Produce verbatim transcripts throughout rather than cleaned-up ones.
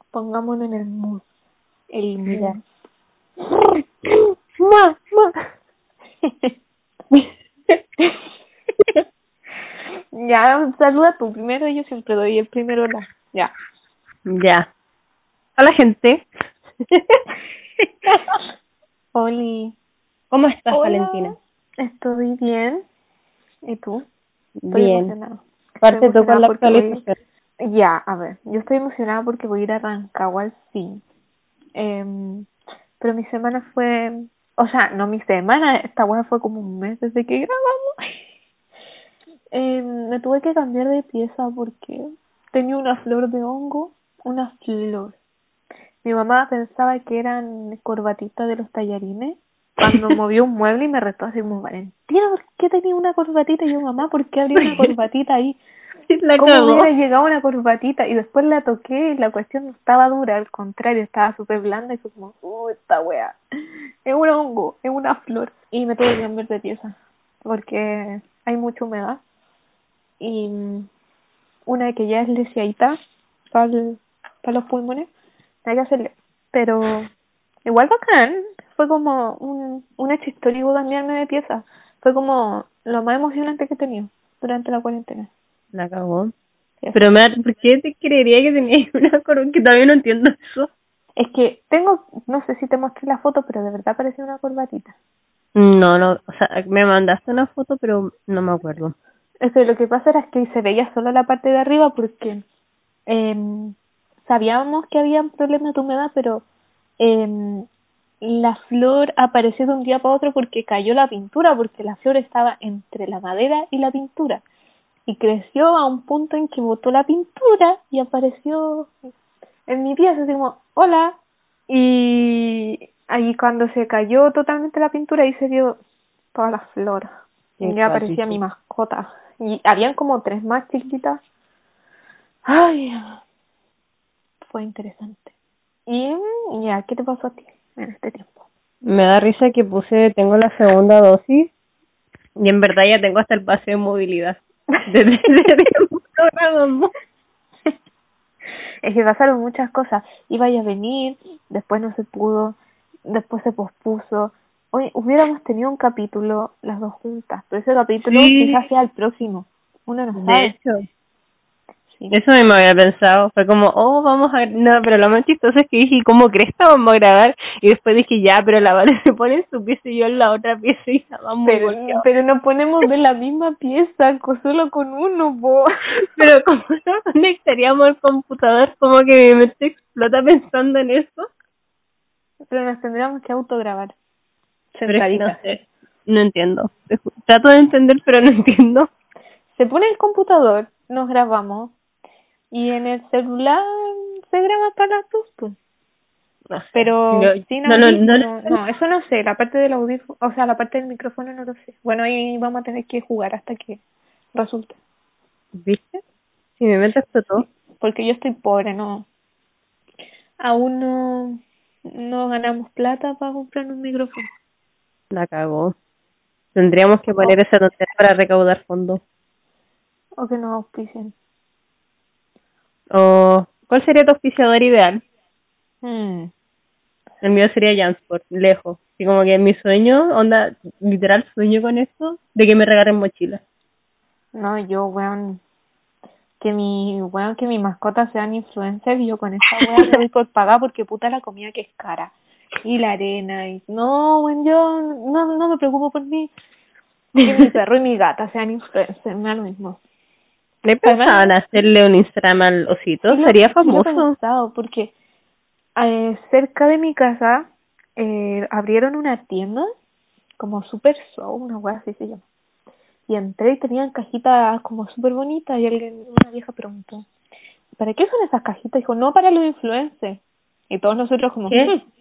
Pongámonos en el mood. El Mira. mood. ¡Mua! ¡Mua! Ya, saluda tú primero, yo siempre doy el primero la. Ya. Ya. Hola, gente. Oli. ¿Cómo estás, Hola. Valentina? Estoy bien. ¿Y tú? Estoy Bien. emocionada. Estoy Parte tú con emocionada la porque voy... actualización. Ya, a ver. Yo estoy emocionada porque voy a ir a Rancagua al fin. Eh, pero mi semana fue... O sea, no mi semana. Esta weá fue como un mes desde que grabamos. Eh, me tuve que cambiar de pieza porque tenía una flor de hongo. Una flor. Mi mamá pensaba que eran corbatitas de los tallarines. Cuando movió un mueble y me retó así como, Valentina, ¿por qué tenía una corbatita? Y yo, mamá, ¿por qué habría una corbatita ahí? La ¿Cómo cagó. hubiera llegado una corbatita? Y después la toqué y la cuestión no estaba dura, al contrario, estaba súper blanda y fue como, uh, esta wea, es un hongo, es una flor. Y me tuve que cambiar de pieza porque hay mucha humedad y mm, una que ya es lisiadita para los pulmones, hay que hacerle. Pero igual bacán, fue como un, un hecho histórico cambiarme de pieza. Fue como lo más emocionante que he tenido durante la cuarentena. La cagó. Sí, Pero, me, ¿por qué te creería que tenías una corona? Que todavía no entiendo eso. es que tengo, no sé si te mostré la foto, pero de verdad parecía una corbatita. No, no. O sea, me mandaste una foto, pero no me acuerdo. O sea, lo que pasa era que se veía solo la parte de arriba porque eh, sabíamos que había problemas de humedad, pero eh, la flor apareció de un día para otro porque cayó la pintura, porque la flor estaba entre la madera y la pintura. Y creció a un punto en que botó la pintura y apareció en mi pieza, así como, hola. Y ahí cuando se cayó totalmente la pintura, ahí se vio toda la flor. Qué Y ya aparecía cuático. mi mascota. Y habían como tres más chiquititas. Ay, fue interesante. Y ya, ¿qué te pasó a ti en este tiempo? Me da risa que puse, tengo la segunda dosis y en verdad ya tengo hasta el pase de movilidad. Desde ese programa. Es que pasaron muchas cosas. Iba a venir, después no se pudo, después se pospuso. Hoy hubiéramos tenido un capítulo las dos juntas, pero ese capítulo Sí, quizás sea el próximo. Uno no de sabe. hecho. Sí. Eso me había pensado. Fue como, oh, vamos a... No, pero lo más chistoso es que dije, ¿cómo crees que vamos a grabar? Y después dije, ya, pero la Vale se pone en su pieza y yo en la otra pieza y estaba muy Pero, golpeado. pero no ponemos de la misma pieza, co- solo con uno, po. Pero como no conectaríamos al computador, como que mi mente explota pensando en eso. Pero nos tendríamos que autograbar. Pero es que no Sentaditas. sé, no entiendo. Trato de entender, pero no entiendo. Se pone el computador, nos grabamos, y en el celular se graba para las dos, pues. No sé. Pero Yo, sin no, no, no, audífono, no, eso no sé, la parte del audífono, o sea, la parte del micrófono no lo sé. Bueno, ahí vamos a tener que jugar hasta que resulte. ¿Viste? Si mi mente explotó. Porque yo estoy pobre, no, aún no, no ganamos plata para comprar un micrófono. La cagó. Tendríamos que O, poner esa tontería para recaudar fondos. o que nos auspicien. O, ¿cuál sería tu auspiciador ideal? Hmm. El mío sería Jansport, lejos. Y como que mi sueño, onda, literal sueño con esto, de que me regalen mochilas. No, yo, weón, que mi, weón, que mi mascota sean influencers y yo con esa weón me doy por pagar porque puta la comida que es cara. Y la arena, y no, weón, yo no, no me preocupo por mí. Que mi perro y mi gata sean influencers, me da lo mismo. ¿Le Además, pensaban hacerle un Instagram al sí osito? lo, Sería sí lo he famoso. pensado, porque eh, cerca de mi casa eh, abrieron una tienda, como Super Show, una wea así se llama. Y entré y tenían cajitas como súper bonitas y alguien, una vieja preguntó, ¿para qué son esas cajitas? Dijo, no, para los influencers. Y todos nosotros como, ¿Qué? "Hmm".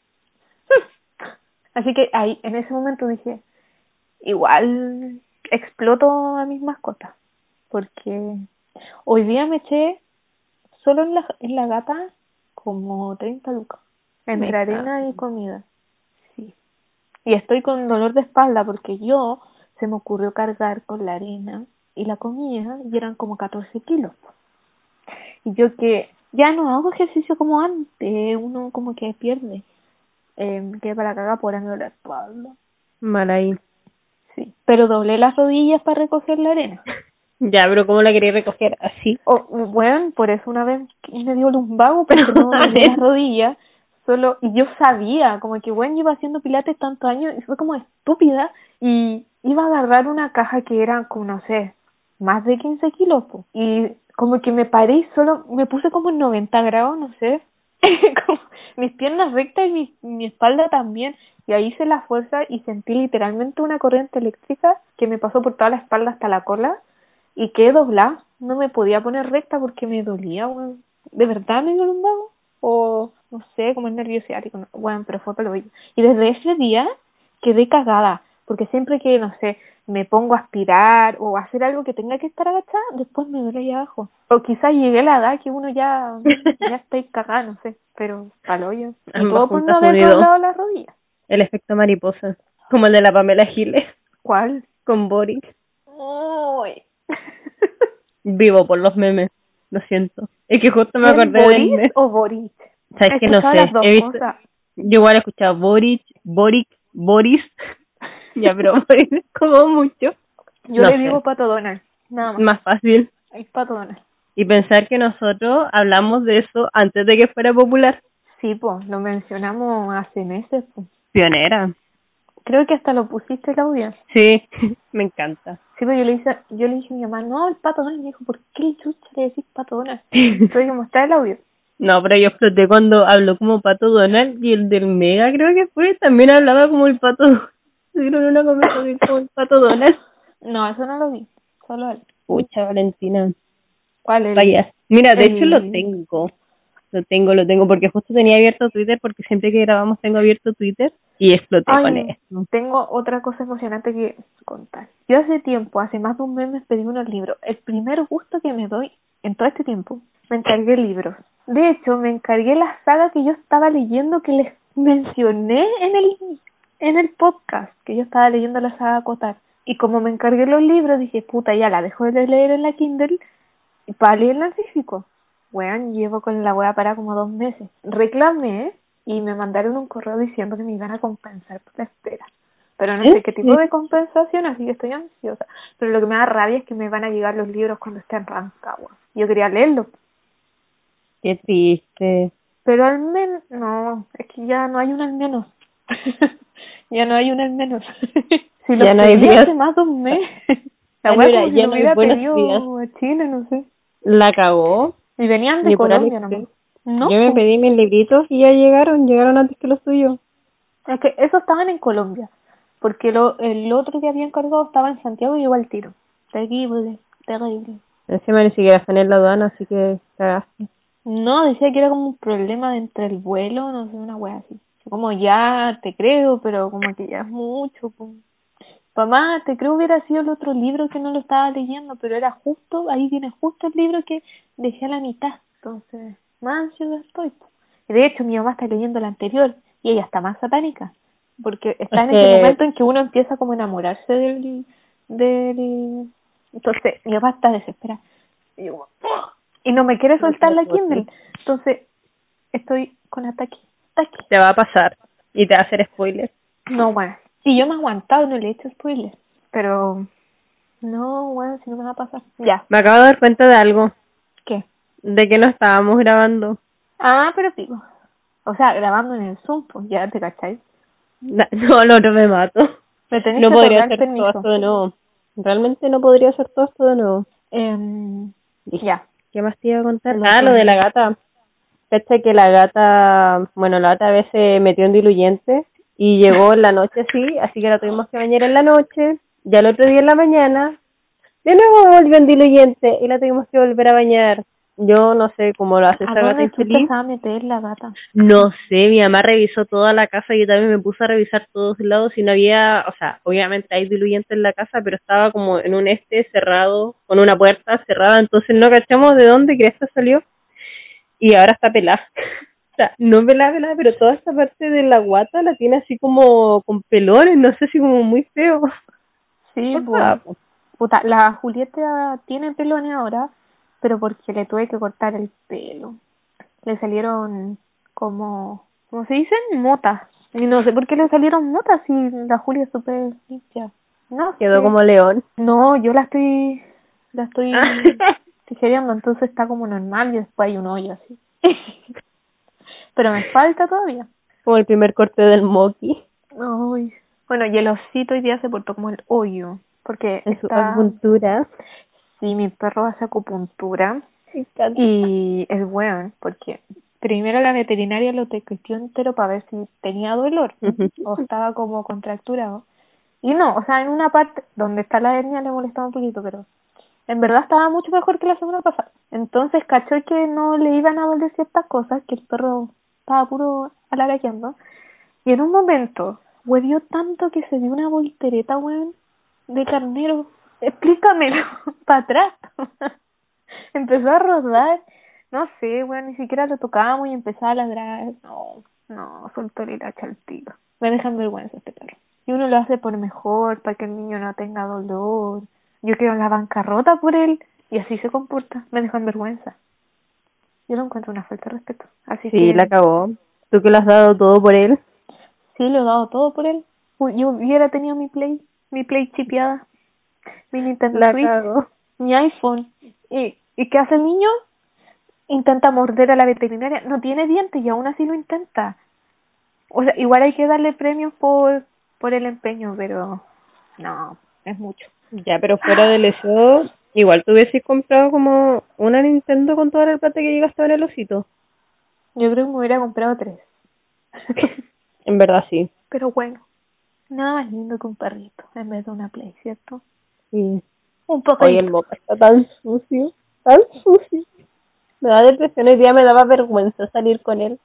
Así que ahí, en ese momento dije, igual exploto a mis mascotas. Porque hoy día me eché solo en la, en la gata como treinta lucas. Me Entre cago. arena y comida. Sí. Y estoy con dolor de espalda porque yo se me ocurrió cargar con la arena y la comida y eran como catorce kilos. Y yo que ya no hago ejercicio como antes, uno como que pierde. Eh, me quedé para cagar por ando la espalda. Mal ahí. Sí, pero doblé las rodillas para recoger la arena. Ya, pero ¿cómo la quería recoger? Así. Oh, bueno, por eso una vez me dio lumbago, porque no doblé las rodillas, solo, y yo sabía, como que bueno, iba haciendo pilates tantos años, y fue como estúpida, y iba a agarrar una caja que era como, no sé, más de quince kilos, po, y como que me paré y solo me puse como en noventa grados, no sé, como mis piernas rectas y mi, mi espalda también, y ahí hice la fuerza y sentí literalmente una corriente eléctrica que me pasó por toda la espalda hasta la cola, y quedé doblada, no me podía poner recta porque me dolía, weón. ¿De verdad me dio lumbago? O, no sé, como es nervioso ciático, no, bueno, pero fue para lo bello. Y desde ese día quedé cagada, porque siempre que, no sé, me pongo a aspirar o a hacer algo que tenga que estar agachada, después me duele ahí abajo. O quizás llegué a la edad que uno ya, ya está cagada, no sé, pero palo yo. Y Ambas todo por no juntas haber unido. doblado las rodillas. El efecto mariposa. Como el de la Pamela Giles. ¿Cuál? Con Boric. Uy. Vivo por los memes. Lo siento. Es que justo me ¿Quién, acordé del Boris meme. o Boric? ¿Sabes He que no escuchado sé? las dos He visto... cosas. Yo igual he escuchado Boric, Boric, Boris. Ya, pero Boris es como mucho. Yo No le sé. digo Pato Donald, nada más. Más fácil. Es Pato Donald. Y pensar que nosotros hablamos de eso antes de que fuera popular. Sí, pues, lo mencionamos hace meses, pues. Pionera. Creo que hasta lo pusiste el audio. Sí, me encanta. Sí, pues yo le dije, yo le dije a mi mamá, no, el Pato Donald. Y me dijo, ¿por qué chucha le decís Pato Donald? Entonces, como está el audio. No, pero yo exploté cuando habló como Pato Donald y el del Mega creo que fue, también hablaba como el Pato. Tuvieron una conversación como el Pato Donald. No, eso no lo vi, solo él. Pucha, Valentina. ¿Cuál? El, Vaya. Mira, de el... hecho lo tengo. Lo tengo, lo tengo, porque justo tenía abierto Twitter, porque siempre que grabamos tengo abierto Twitter y exploté Ay, con esto. tengo otra cosa emocionante que contar. Yo hace tiempo, hace más de un mes, me pedí unos libros. El primer gusto que me doy en todo este tiempo, me encargué libros. De hecho, me encargué la saga que yo estaba leyendo, que les mencioné en el en el podcast, que yo estaba leyendo la saga Cotar. Y como me encargué los libros, dije, puta, ya la dejo de leer en la Kindle y para leerla en físico. Weón, llevo con la wea para como dos meses. Reclamé y me mandaron un correo diciendo que me iban a compensar por la espera. Pero no sé qué tipo de compensación, así que estoy ansiosa. Pero lo que me da rabia es que me van a llegar los libros cuando esté en Rancagua. Yo quería leerlos. Qué triste. Pero al menos, no, es que ya no hay un al menos. Ya no hay un al menos. Si lo Ya no hay pedí días. hace más de un mes. La Ah, wea mira, como si ya lo no hay hubiera buenos pedido días. a Chile, no sé. La cagó. Y venían de Ni por Colombia AliExpress. nomás. No, Yo me pues. pedí mis libritos y ya llegaron, llegaron antes que los tuyos. Es que esos estaban en Colombia, porque lo, el otro que había encargado estaba en Santiago y llegó al tiro. Terrible, terrible. Encima ni siquiera están en la aduana, así que cagaste. No, decía que era como un problema entre el vuelo, no sé, una wea así. Como ya te creo, pero como que ya es mucho. Pues. Mamá, te creo hubiera sido el otro libro que no lo estaba leyendo, pero era justo, ahí viene justo el libro que dejé a la mitad. Entonces, más ansiosa estoy. Y de hecho, mi mamá está leyendo el anterior y ella está más satánica, porque está Es en ese que momento en que uno empieza como a enamorarse del... del... Entonces, mi mamá está desesperada. Y, yo, ¡oh! Y no me quiere no soltar te la puedo Kindle. decir. Entonces, estoy con ataque. Ataque. Te va a pasar y te va a hacer spoiler. No, bueno. Y yo me he aguantado, no le he hecho spoiler. Pero, no, bueno, si no me va a pasar. Ya. Me acabo de dar cuenta de algo, ¿Qué? de que no estábamos grabando. Ah, pero pico. O sea, grabando en el Zoom, pues ya te cacháis. Na- No, no, no me mato. Me tenéis No que podría otorgar hacer todo permiso. esto de nuevo. Realmente no podría hacer todo esto de nuevo. Eh, Listo. ya. ¿Qué más te iba a contar? El Ah, otro lo de la día. gata. Cacha que la gata, bueno, la gata a veces se metió en diluyente y llegó en la noche así, así que la tuvimos que bañar en la noche. Ya el otro día en la mañana, de nuevo volvió en diluyente y la tuvimos que volver a bañar. Yo no sé cómo lo hace ¿A esa gata dónde chucha infeliz. se va a meter la gata? No sé, mi mamá revisó toda la casa y yo también me puse a revisar todos lados y no había, o sea, obviamente hay diluyente en la casa, pero estaba como en un este cerrado, con una puerta cerrada, entonces no cachamos de dónde que esta salió y ahora está pelada. O sea, no pelada, pelada, pero toda esta parte de la guata la tiene así como con pelones, no sé, así como muy feo. Sí, Ah, pues. Puta, la Julieta tiene pelones ahora, pero porque le tuve que cortar el pelo. le salieron como, ¿cómo se dicen? Motas. Y no sé por qué le salieron motas si la Julia es súper limpia. No Quedó sé. como león. No, yo la estoy, la estoy Ah. tijereando, entonces está como normal y después hay un hoyo así. Pero me falta todavía. Como el primer corte del Moki. Ay. Bueno, y el osito hoy día se portó como el hoyo, porque En su está... acupuntura. Sí, mi perro hace acupuntura. Me encanta. Y es bueno, porque primero la veterinaria lo testeó entero para ver si tenía dolor o estaba como contracturado. Y no, o sea, en una parte donde está la hernia le molestaba un poquito, pero en verdad estaba mucho mejor que la semana pasada. Entonces cachó que no le iban a doler ciertas cosas, que el perro estaba puro alaraqueando. Y en un momento, huevió tanto que se dio una voltereta, weón, de carnero. Explícamelo, para atrás. Empezó a rodar, no sé, weón, ni siquiera lo tocábamos y empezaba a ladrar. No, no, soltó el hacha al tiro. Me dejan vergüenza este perro. Y uno lo hace por mejor, para que el niño no tenga dolor. Yo quedo en la bancarrota por él y así se comporta. Me dejan vergüenza. Yo lo encuentro una falta de respeto. Así Sí, que la acabó. Tú que lo has dado todo por él. sí, lo he dado todo por él. Uy, yo hubiera tenido mi Play, mi Play chipeada, mi Nintendo La Switch, cagó. mi iPhone. ¿Y, ¿Y qué hace el niño? Intenta morder a la veterinaria. No tiene dientes y aún así lo intenta. O sea, igual hay que darle premios por, por el empeño, pero no, es mucho. Ya, pero fuera del eso, igual tú hubieses comprado como una Nintendo con toda la plata que llegaste en el osito. Yo creo que me hubiera comprado tres. En verdad sí. Pero bueno, nada más lindo que un perrito en vez de una Play, ¿cierto? Sí. Un Oye, el poquito. Moca está tan sucio, tan sucio. Me da depresión, hoy día me daba vergüenza salir con él.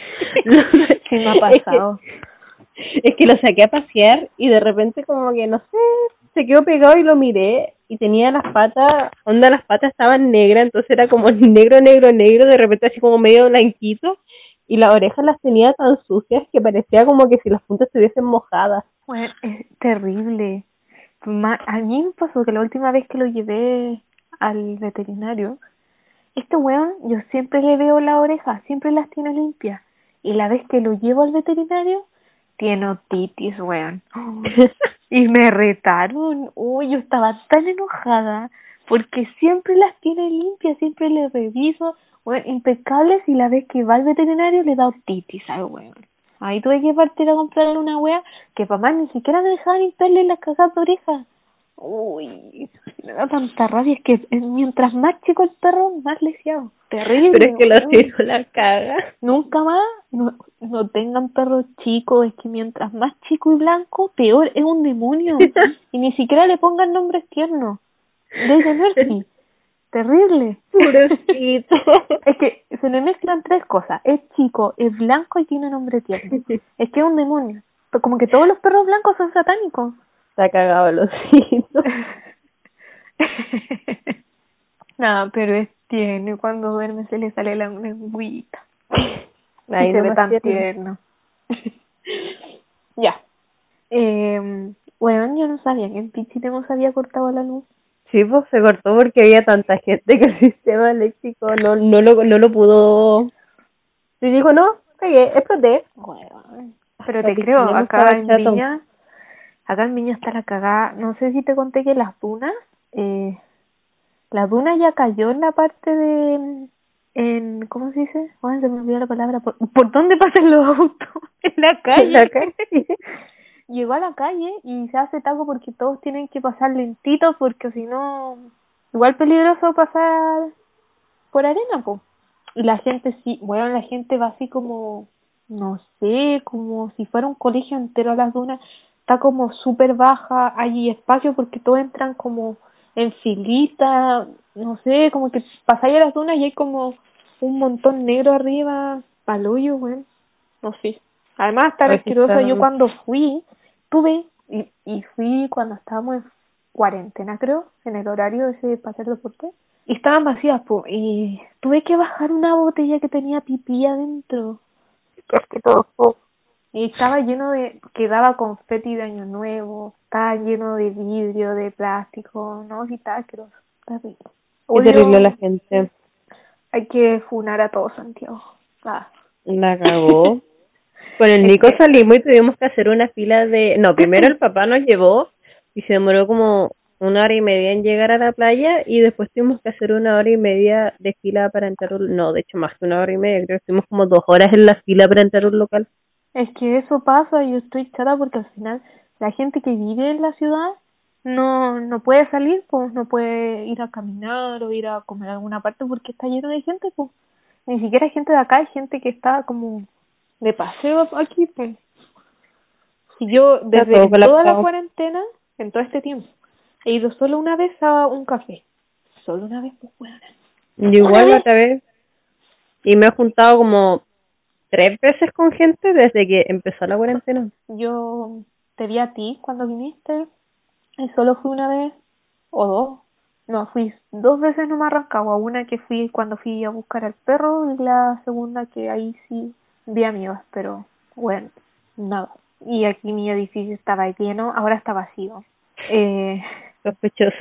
Sí, me ha es que pasado. es que lo saqué a pasear y de repente como que no sé, se quedó pegado y lo miré y tenía las patas, onda las patas estaban negras, entonces era como negro, negro, negro, de repente así como medio blanquito y las orejas las tenía tan sucias que parecía como que si las puntas estuviesen mojadas. Bueno, es terrible. Ma- A mí me pasó que la última vez que lo llevé al veterinario, este weón, yo siempre le veo la oreja, siempre las tiene limpias. Y la vez que lo llevo al veterinario, tiene otitis, weón. Y me retaron. Uy, yo estaba tan enojada porque siempre las tiene limpias, siempre le reviso, weón, impecables, y la vez que va al veterinario le da otitis al weón. Ahí tuve que partir a comprarle una wea que papá ni siquiera me dejaba limpiarle las cagas de oreja. Uy, me da tanta rabia, es que es- mientras más chico el perro, más lisiado. Terrible, Pero es que lo weón. tiro la caga. Nunca más, no, no tengan perros chicos, es que mientras más chico y blanco, peor, es un demonio. Y ni siquiera le pongan nombres tiernos. Desde Mercy, terrible. Pobrecito. Es que se le mezclan tres cosas, es chico, es blanco y tiene nombre tierno. Es que es un demonio. Como que todos los perros blancos son satánicos. Se ha cagado el osito. No, pero es tierno y cuando duerme se le sale la lengüita. Y Ahí se no ve más tan tierno. tierno. Ya. Eh, bueno, yo no sabía que en Pichitemo se había cortado la luz. Sí, pues se cortó porque había tanta gente que el sistema eléctrico no no lo no lo pudo. Y dijo, no, pegué, exploté. Bueno, pero La te creo, Pichilemu acá estaba en chato. Viña, acá en Viña está la cagada. No sé si te conté que las dunas, eh, la duna ya cayó en la parte de, en, ¿cómo se dice? Bueno, se me olvidó la palabra. ¿Por, ¿por dónde pasan los autos? En la En la calle. calle. Llegó a la calle y se hace taco porque todos tienen que pasar lentitos porque si no, igual peligroso pasar por arena, po. Y la gente sí, bueno, la gente va así como, no sé, como si fuera un colegio entero a las dunas. Está como súper baja, hay espacio porque todos entran como en filita, no sé, como que pasáis a las dunas y hay como un montón negro arriba, palollo, weón, no sé. Además, estar A ver si asqueroso. está. Yo cuando fui, tuve, y, y fui cuando estábamos en cuarentena, creo, en el horario ese para hacer deporte, y estaban vacías, po, y tuve que bajar una botella que tenía pipí adentro. Es que todo fue. Y estaba lleno de, quedaba confeti de Año Nuevo, estaba lleno de vidrio, de plástico, no, sí, estaba asqueroso, está rico. Qué terrible la Odio, gente. Hay que funar a todo Santiago. Ah. La cagó. Con el Es Nico que- salimos y tuvimos que hacer una fila de... No, primero el papá nos llevó y se demoró como una hora y media en llegar a la playa y después tuvimos que hacer una hora y media de fila para entrar a un... No, de hecho más que una hora y media, creo que estuvimos como dos horas en la fila para entrar a un local. Es que eso pasa y yo estoy chata porque al final la gente que vive en la ciudad no no puede salir, pues no puede ir a caminar o ir a comer a alguna parte porque está lleno de gente, pues. Ni siquiera hay gente de acá, hay gente que está como de paseo aquí, pues. Si yo Está desde todo en toda la colapsado. cuarentena, en todo este tiempo, he ido solo una vez a un café. Solo una vez, pues bueno. Yo Una igual la vez. otra vez y me he juntado como tres veces con gente desde que empezó la cuarentena. Yo te vi a ti cuando viniste y solo fui una vez o dos. No, fui dos veces nomás a Rancagua. Una que fui cuando fui a buscar al perro y la segunda que ahí sí vi amigas, pero bueno, nada. Y aquí mi edificio estaba lleno, ahora está vacío. Eh, Sospechoso.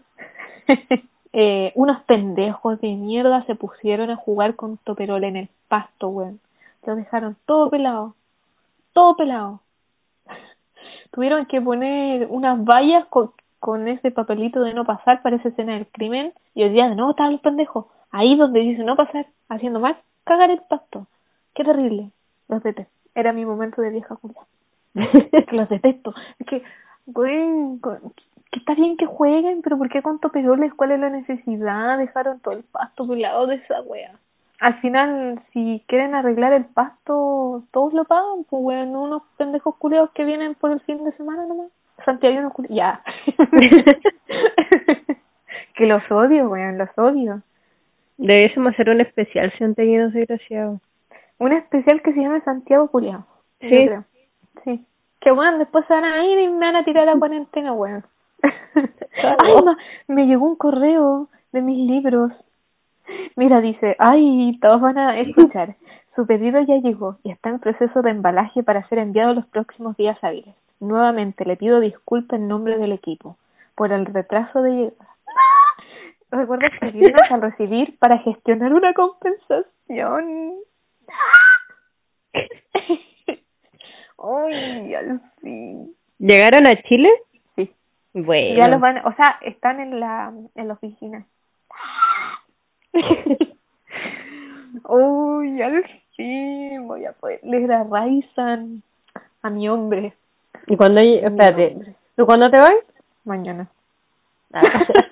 eh, unos pendejos de mierda se pusieron a jugar con toperol en el pasto, weón. Lo dejaron todo pelado, todo pelado. Tuvieron que poner unas vallas con, con ese papelito de no pasar para esa escena del crimen y hoy día de nuevo estaban los pendejos ahí donde dice no pasar, haciendo más cagar el pasto. Qué terrible, los detesto. Era mi momento de vieja Julia. Es que los detesto. Es que, güey, que está bien que jueguen, pero ¿por qué con toperoles? ¿Cuál es la necesidad? Dejaron todo el pasto pelado de esa wea. Al final, si quieren arreglar el pasto, todos lo pagan, pues weón, unos pendejos culiados que vienen por el fin de semana nomás. Santiago culiados, ya. Que los odio, weón, los odio. Debiésemos hacer un especial si un teñido desgraciado. Un especial que se llame Santiago culiado, Sí. yo creo. Sí. Que bueno, después se van a ir y me van a tirar a la cuarentena, weón. Ay, ma, me llegó un correo de mis libros. Mira, dice, ay, todos van a escuchar. Su pedido ya llegó y está en proceso de embalaje para ser enviado los próximos días hábiles. Nuevamente le pido disculpas en nombre del equipo por el retraso de llegada. Recuerda escribirnos al recibir para gestionar una compensación. Ay, al fin. ¿Llegaron a Chile? Sí. Bueno. Ya los van, o sea, están en la en la oficina. Uy, al fin voy a poder leer a Raizan, a mi hombre. ¿Y cuándo? Mi Espérate, hombre. ¿tú cuándo te vas? Mañana. Ah.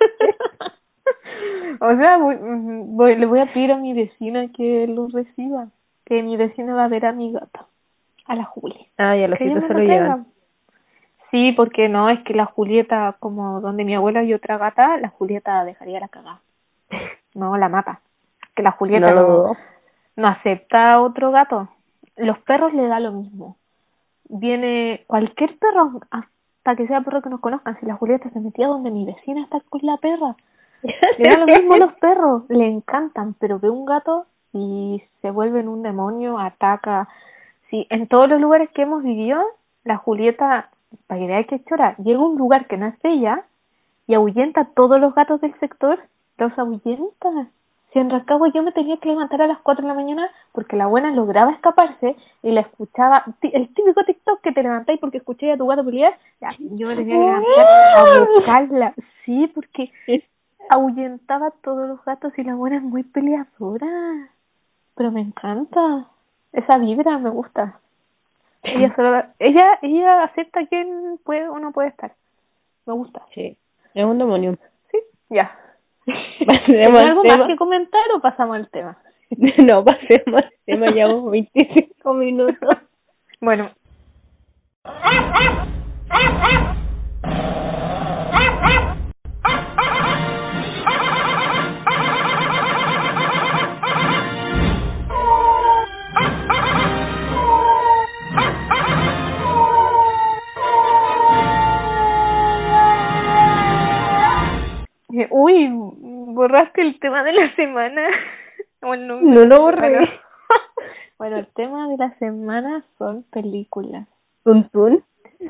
O sea, voy, voy, le voy a pedir a mi vecina que lo reciba. Que mi vecina va a ver a mi gata, a la Julia. Ah, ya los Que ella hitos me se lo lo traiga. llevan. Sí, porque no, es que la Julieta, como donde mi abuela y otra gata, la Julieta dejaría la cagada. No, la mata. Que la Julieta No lo no, dudo. no acepta a otro gato. Los perros le da lo mismo. Viene cualquier perro, hasta que sea perro que nos conozcan. Si la Julieta se metía donde mi vecina está con la perra, le da lo mismo a los perros, le encantan, pero ve un gato y se vuelve en un demonio, ataca. Sí, en todos los lugares que hemos vivido, la Julieta, para que veáis que chora, llega a un lugar que no es de ella y ahuyenta a todos los gatos del sector, los ahuyenta. Si en Rancagua yo me tenía que levantar a las cuatro de la mañana porque la buena lograba escaparse y la escuchaba, el típico TikTok que te levantáis porque escuché a tu gato pelear, ya, yo me tenía que levantar a buscarla. Sí, porque ahuyentaba a todos los gatos y la buena es muy peleadora. Pero me encanta. Esa vibra me gusta. Ella solo, ella, ella acepta quién puede o no puede estar. Me gusta. Sí, es un demonio. Sí, ya. Pasemos ¿Algo al más tema. que comentar o pasamos al tema? No, pasemos al tema, llevamos veinticinco minutos. Bueno. Uy, borraste el tema de la semana. Bueno, no lo borré. Bueno, bueno, el tema de la semana son películas. ¿Tun tun?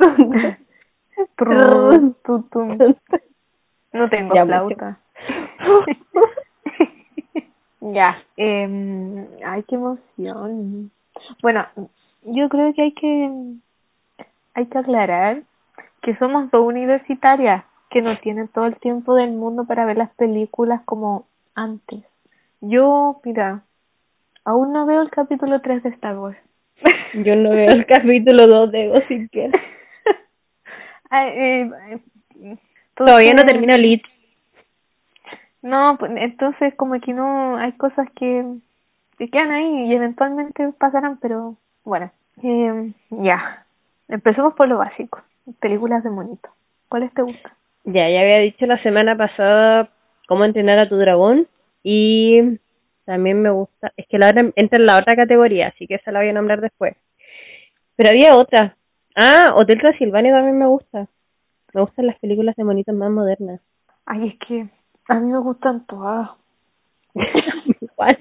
Trun, tu, tum. No tengo Ya, flauta. Ya, eh, ay, qué emoción. Bueno, yo creo que hay que hay que aclarar que somos dos universitarias que no tienen todo el tiempo del mundo para ver las películas como antes. Yo, mira, aún no veo el capítulo tres de Star Wars. Yo no veo el capítulo dos de Gossip Girl. Ay, eh, eh, Todavía no entonces, termina Lit. no, pues entonces como que no, hay cosas que, que quedan ahí y eventualmente pasarán, pero bueno, eh, ya. Empecemos por lo básico. Películas de monito. ¿Cuáles te gustan? Ya, ya había dicho la semana pasada cómo entrenar a tu dragón y también me gusta, es que la otra entra en la otra categoría, así que esa la voy a nombrar después. Pero había otra. Ah, Hotel Transilvania también me gusta. Me gustan las películas de monitos más modernas. Ay, es que a mí me gustan todas. ¿Cuál?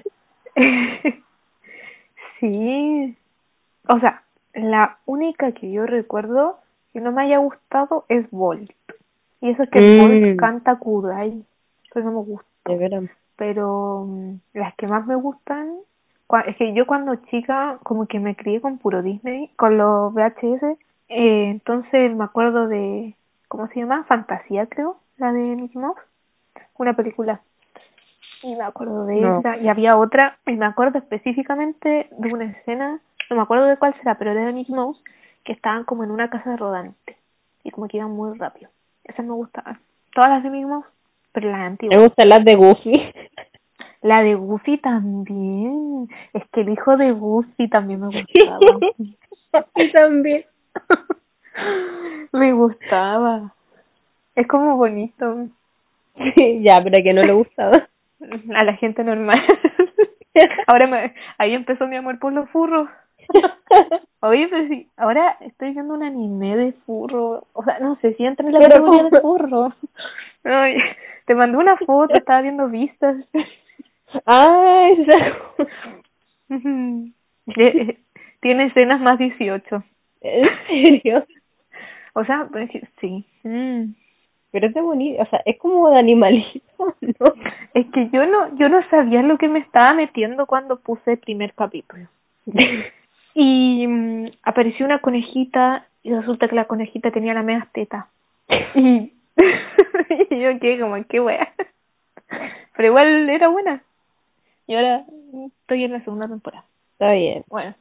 Sí. O sea, la única que yo recuerdo que no me haya gustado es Bolt. Y eso es que Bolt Mm, canta Kudai. Eso no me de gustó. veras. Pero mm, las que más me gustan, cua- es que yo cuando chica como que me crié con puro Disney, con los V H S, eh, entonces me acuerdo de, ¿cómo se llama? Fantasía, creo, la de Mickey Mouse, una película. Y me acuerdo de No. esa, y había otra, y me acuerdo específicamente de una escena, no me acuerdo de cuál será, pero era de Mickey Mouse, que estaban como en una casa rodante, y como que iban muy rápido. Esas me gustaban. Todas las de Mickey Mouse, pero las Me antiguas. gustan las de Goofy. La de Goofy también. Es que el hijo de Goofy también me gustaba. Y también. Me gustaba. Es como bonito. Sí, ya, pero a que no le gustaba. A la gente normal. Ahora me, ahí empezó mi amor por los furros. Oye, pero sí, ahora estoy viendo un anime de furro. O sea, no sé si entra en la Pero categoría como... de furro. Ay, te mandé una foto, estaba viendo vistas. Ah, esa... Eh, Tiene escenas más dieciocho. ¿En serio? O sea, pues, sí. Mm. Pero es de bonito, o sea, es como de animalito, ¿no? Es que yo no, yo no sabía lo que me estaba metiendo cuando puse el primer capítulo. Y mm, apareció una conejita y resulta que la conejita tenía la media teta. Y, y yo quedé como, qué wea. Pero igual era buena. Y ahora mm, estoy en la segunda temporada. Está bien. Bueno.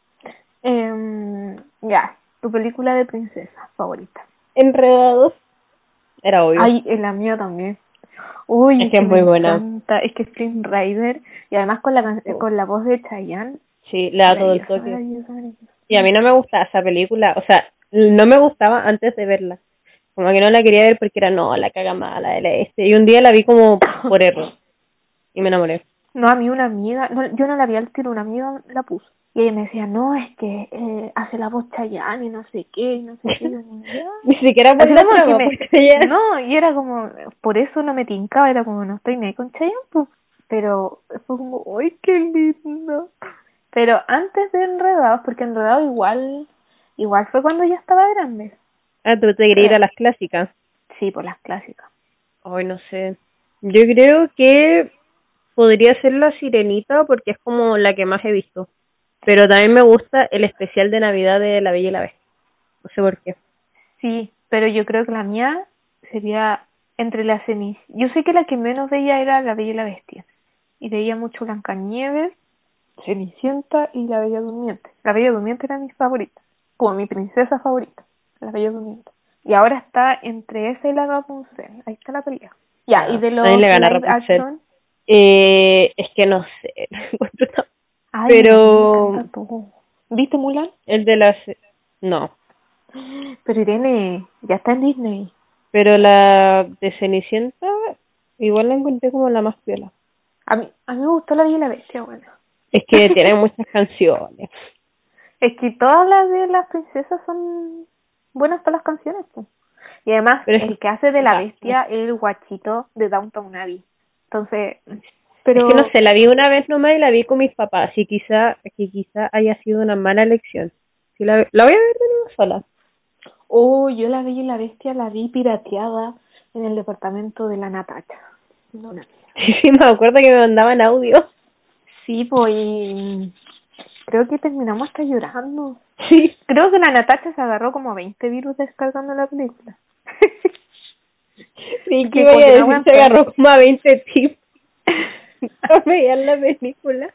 Eh, ya, tu película de princesa favorita. Enredados. Era obvio. Ay, en la mía también. Uy, Es es que que es me muy buena. encanta. Es que es Flynn Rider y además con la can- con la voz de Chayanne. Sí, le da todo el Maravilloso, toque. maravilloso, maravilloso. Y a mí no me gustaba esa película, o sea, no me gustaba antes de verla. Como que no la quería ver porque era, no, la caga mala de la este. Y un día la vi como por error. Y me enamoré. No, a mí una amiga, no, yo no la vi al tiro, una amiga la puso. Y ella me decía, no, es que eh, hace la voz Chayanne y no sé qué, y no sé qué. Y yo, ya. Ni siquiera por Así la como que trama, me... porque ya... No, y era como, por eso no me tincaba, era como, no estoy ni ahí con Chayanne, pues. Pero fue como, ¡ay, qué lindo! Pero antes de Enredados, porque Enredados igual, igual fue cuando ya estaba grande. Ah, tú te querías ir a Eh, las clásicas. sí, por las clásicas. Ay, no sé. Yo creo que podría ser La Sirenita porque es como la que más he visto. Pero también me gusta el especial de Navidad de La Bella y la Bestia. No sé por qué. Sí, pero yo creo que la mía sería entre las cenis. Yo sé que la que menos veía era La Bella y la Bestia. Y veía mucho Blancanieves, Cenicienta y La Bella Durmiente. La Bella Durmiente era mi favorita, como mi princesa favorita, La Bella Durmiente. Y ahora está entre esa y la Rapunzel. Ahí está la pelea. Ya, y Ah, de a mí los le gana live Rapunzel. action, Eh, es que no sé. ay, a mí me Pero encanta todo. ¿Viste Mulan? el de las... No. Pero Irene, ya está en Disney. Pero la de Cenicienta igual la encontré como la más piola. A mí, a mí me gustó La Bella y la Bestia, bueno. Es que tiene muchas canciones. Es que todas las de las princesas son buenas para las canciones, pues. Y además, Pero es el que, que hace de la ah, bestia es el guachito de Downton Abbey. Entonces, es que no pero, sé, la vi una vez nomás y la vi con mis papás. Y quizá, que quizá haya sido una mala elección. Si la, la voy a ver de nuevo sola. oh, yo La Bella y la Bestia la vi pirateada en el departamento de la Natacha. No, una mierda. Sí, sí, me acuerdo que me mandaban audio. Sí, pues, y creo que terminamos hasta llorando. Sí. Creo que la Natacha se agarró como veinte virus descargando la película. Sí, que Que iba a como que no decir, aguanta. se agarró como a veinte tips para ver la película.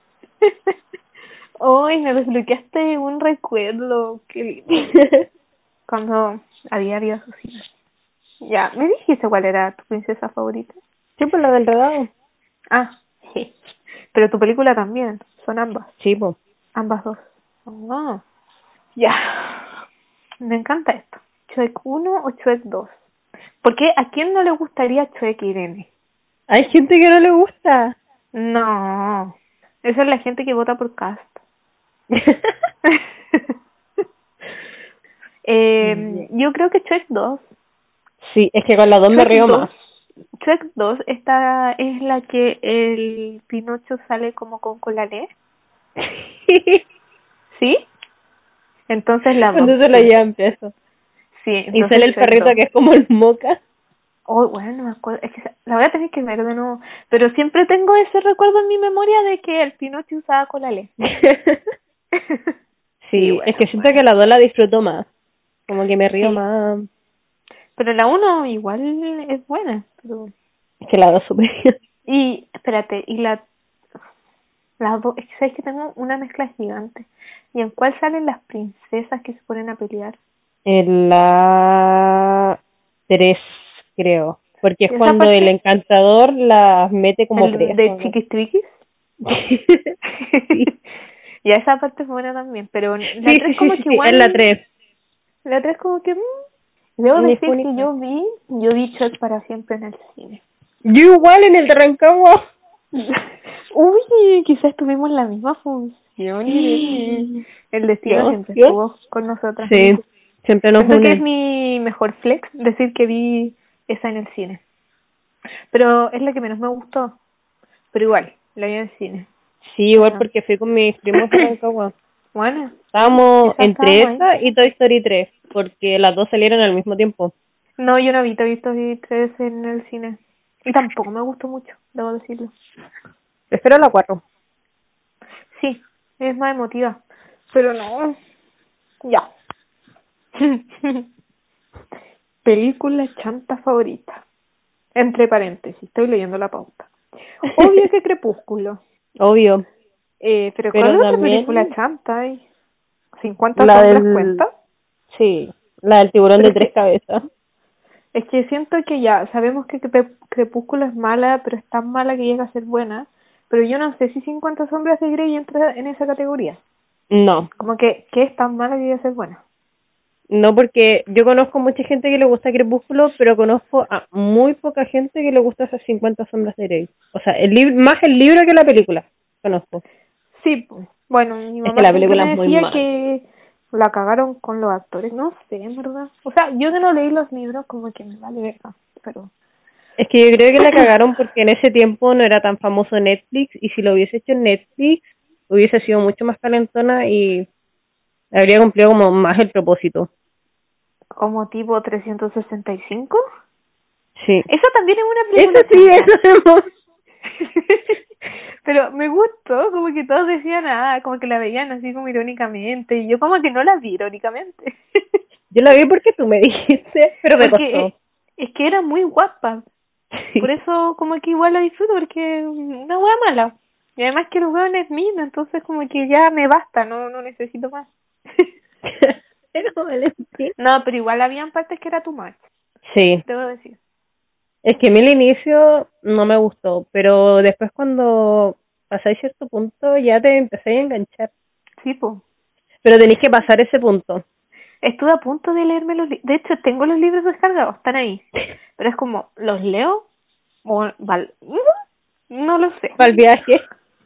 Hoy me desbloqueaste un recuerdo. Qué lindo. Cuando había habido así. Ya, ¿me dijiste cuál era tu princesa favorita? Sí, pues la del redado. Ah, sí. Pero tu película también. Son ambas. Sí, pues. Ambas dos. Oh. Ya. Me encanta esto. Shrek uno o Shrek dos. Porque ¿a quién no le gustaría Shrek Irene? Hay gente que no le gusta. No. Esa es la gente que vota por Cast. eh, yo creo que Shrek dos. Sí, es que con la dos me río más. Shrek dos, esta es la que el Pinocho sale como con colalé. ¿Sí? Entonces la Cuando se la llevan preso. Sí, Y sale el Shrek perrito dos. que es como el Moca. Oh, bueno, no me acuerdo. Es que la voy a tener que ver de nuevo. Pero siempre tengo ese recuerdo en mi memoria de que el Pinocho usaba colalé. Sí, Sí, bueno, es que siento bueno. que la dos la disfruto más. Como que me río Sí. más. Pero la uno igual es buena. Pero... Es que la dos superior. Y, espérate, y la... la dos, es que sabes que tengo una mezcla gigante. ¿Y en cuál salen las princesas que se ponen a pelear? En la tres, creo. Porque es ¿Y esa cuando parte? el encantador las mete como ¿El presas. de ¿no? Chiquistriquis? Sí. Y esa parte es buena también. Pero la Sí, tres sí, como sí, que sí, igual... es la tres. La tres como que... mm, debo Ni decir fu ni que fa. yo vi, yo vi Shrek para siempre en el cine. Yo igual en el de Rancagua. Uy, quizás tuvimos la misma función, Irene. El destino Yo, siempre yo. estuvo con nosotras. Sí, siempre nos Siento que es unen. mi mejor flex decir que vi esa en el cine. Pero es la que menos me gustó. Pero igual, la vi en el cine. Sí, igual Bueno, porque fui con mis primos a Rancagua. bueno, Estábamos quizás entre estábamos ahí. esa y Toy Story tres, porque las dos salieron al mismo tiempo. No, yo no vi Toy Story tres en el cine. Y tampoco me gustó mucho, debo decirlo. Prefiero la cuatro. Sí, es más emotiva. Pero no. Ya. Película chanta favorita. Entre paréntesis, estoy leyendo la pauta. Obvio que Crepúsculo. Obvio. Eh, pero ¿cuál Pero otra película también chanta hay? ¿cincuenta la sombras del... cuenta? Sí, la del tiburón Pero de es tres que, cabezas. es que siento que ya, sabemos que Cre- Crepúsculo es mala, pero es tan mala que llega a ser buena. Pero yo no sé si cincuenta sombras de Grey entra en esa categoría. No, Como que, que es tan mala que llega a ser buena. no porque yo conozco mucha gente que le gusta Crepúsculo, pero conozco a muy poca gente que le gusta esas cincuenta sombras de Grey. O sea, el lib- más el libro que la película, conozco. Sí, pues. Bueno, mi Es que mamá la siempre película me es muy decía mala. que la cagaron con los actores. No sé, en verdad. O sea, yo que no leí los libros, como que me vale verga, pero... Es que yo creo que la cagaron porque en ese tiempo no era tan famoso Netflix, y si lo hubiese hecho en Netflix hubiese sido mucho más calentona y habría cumplido como más el propósito. Como tipo trescientos sesenta y cinco. Sí. Esa también es una Eso película sí, chanta. eso hemos... Pero me gustó, como que todos decían, ah, como que la veían así como irónicamente, y yo como que no la vi irónicamente. Yo la vi porque tú me dijiste, pero me Porque costó. es que era muy guapa. Por Sí. eso como que igual la disfruto, porque es una wea mala. Y además que los weones míos, entonces como que ya me basta, no no necesito más. Pero Valentín. No, pero igual habían partes que era too much, Sí. debo decir. Es que a mí al inicio no me gustó, pero después cuando pasáis cierto punto ya te empecé a enganchar. Sí, pues. Pero tenéis que pasar ese punto. Estuve a punto de leerme los libros. De hecho, tengo los libros descargados, están ahí. Pero es como, ¿los leo? O val no lo sé. Para el viaje.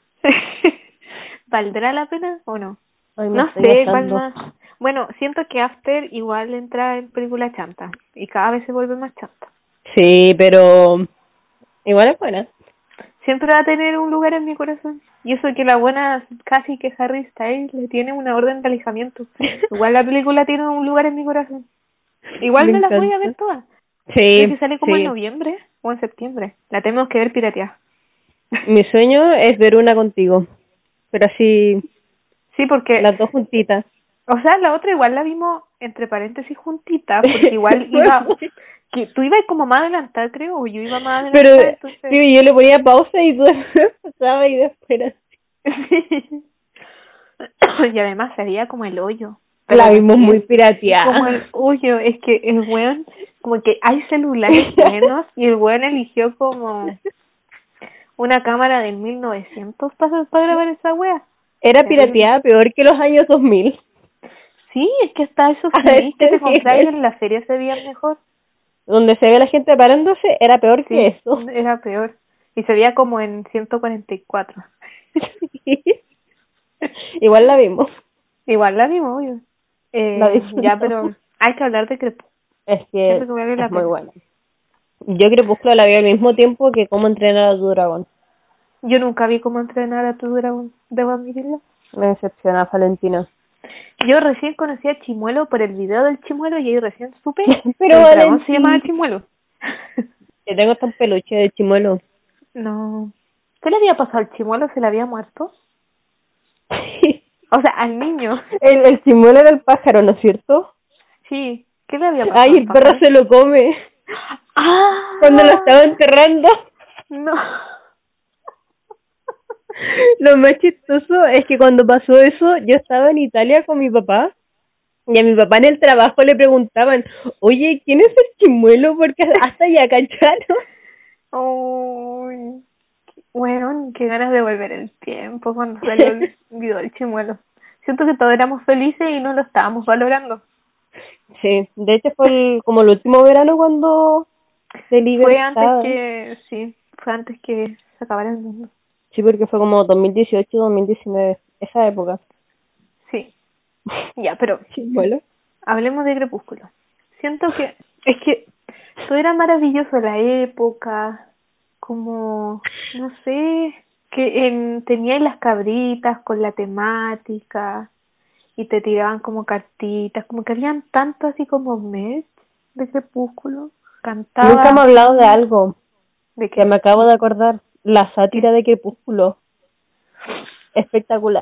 ¿Valdrá la pena o no? Ay, me No estoy sé, ¿cuál asando. más? Bueno, siento que After igual entra en película chanta. Y cada vez se vuelve más chanta. Sí, pero igual es buena. Siempre va a tener un lugar en mi corazón. Y eso que la buena, casi que Harry Styles le tiene una orden de alejamiento. Igual la película tiene un lugar en mi corazón. Igual Me me las voy a ver encanta. todas. Creo Sí, que sale como en sí. noviembre o en septiembre. La tenemos que ver pirateada. Mi sueño es ver una contigo, pero así, Sí, porque, las dos juntitas. o sea, la otra igual la vimos entre paréntesis juntitas, porque igual iba, que tú ibas como más adelantada, creo, o yo iba más Pero, adelantada, entonces... tío, yo le ponía pausa y tú después pasaba y después era Sí. Y además sería como el hoyo. la Pero vimos muy también como el pirateada. hoyo, es que el weón, como que hay celulares buenos y el weón eligió como una cámara del mil novecientos para, para grabar esa wea. Era Terrible. pirateada peor que los años dos mil. Sí, es que hasta esos A C Ds que te este compráis nivel. en la feria se veían mejor. Donde se ve la gente parándose, era peor que Sí, eso. era peor. Y se veía como en ciento cuarenta y cuatro. Igual la vimos. Igual la vimos, obvio. La Eh, ya, pero disfrutamos. hay que hablar de Crepúsculo. Es Siento que que vale la es muy pena. buena. Yo Crepúsculo la vi al mismo tiempo que Cómo entrenar a tu dragón. Yo nunca vi cómo entrenar a tu dragón, debo admitirlo. Me decepciona Valentina. Yo recién conocí a Chimuelo por el video del Chimuelo y ahí recién supe que Pero el dragón se llamaba Valentina, Chimuelo. que tengo hasta un peluche de chimuelo. No. ¿Qué le había pasado al Chimuelo? ¿Se le había muerto? O sea, al niño. el, el chimuelo era el pájaro, ¿no es cierto? Sí. ¿Qué le había Ay, pasado al el perro pájaro? se lo come. Cuando lo estaba ¡Ah! enterrando. No. Lo más chistoso es que cuando pasó eso, yo estaba en Italia con mi papá. Y a mi papá en el trabajo le preguntaban, oye, ¿quién es el chimuelo? Porque hasta ya cacharon. Uy. Bueno, qué ganas de volver el tiempo cuando salió el video del Chimuelo. Siento que todos éramos felices y no lo estábamos valorando. Sí, de hecho fue el, como el último verano cuando de Fue antes libertad. que, sí, fue antes que se acabara el mundo. Sí, porque fue como dos mil dieciocho, dos mil diecinueve, esa época. Sí, ya, pero Chimuelo. hablemos de Crepúsculo. Siento que, es que todo era maravilloso, la época, como, no sé, que en, tenía las cabritas con la temática y te tiraban como cartitas, como que habían tanto así como mes de Crepúsculo. Nunca hemos Cantaba, hablado de algo ¿de que qué? me acabo de acordar. La ¿Qué? sátira de Crepúsculo. Espectacular.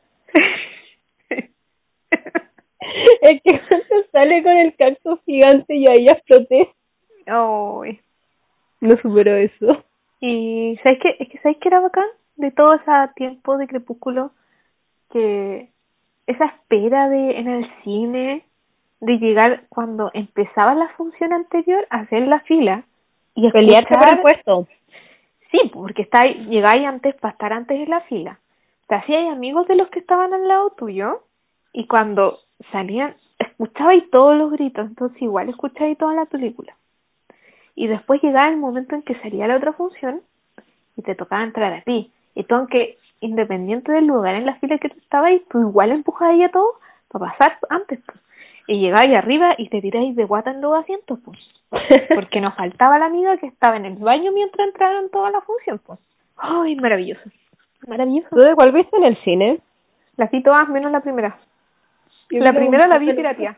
Es que cuando sale con el cactus gigante y ahí exploté. Ay. No supero eso. Y ¿sabes qué? Es que ¿sabes qué era bacán? De todo ese tiempo de Crepúsculo, que esa espera de en el cine, de llegar cuando empezaba la función anterior, a hacer la fila y Pelearse por el escuchar, puesto. sí, porque estáis, llegáis antes para estar antes en la fila, te hacíais amigos de los que estaban al lado tuyo, y cuando salían, escuchabais todos los gritos, entonces igual escuchabais toda la película. Y después llegaba el momento en que salía la otra función y te tocaba entrar a ti. Y tú, aunque independiente del lugar en la fila que tú estabas, tú igual empujabas a todos para pasar antes, pues. Y llegáis arriba y te tiráis de guata en los asientos, pues. Porque nos faltaba la amiga que estaba en el baño mientras entraron toda la función, pues. ¡Ay, maravilloso! Maravilloso. ¿Tú de cuál viste en el cine? Las vi todas menos la primera. Yo La vi la primera la vi última. pirateada.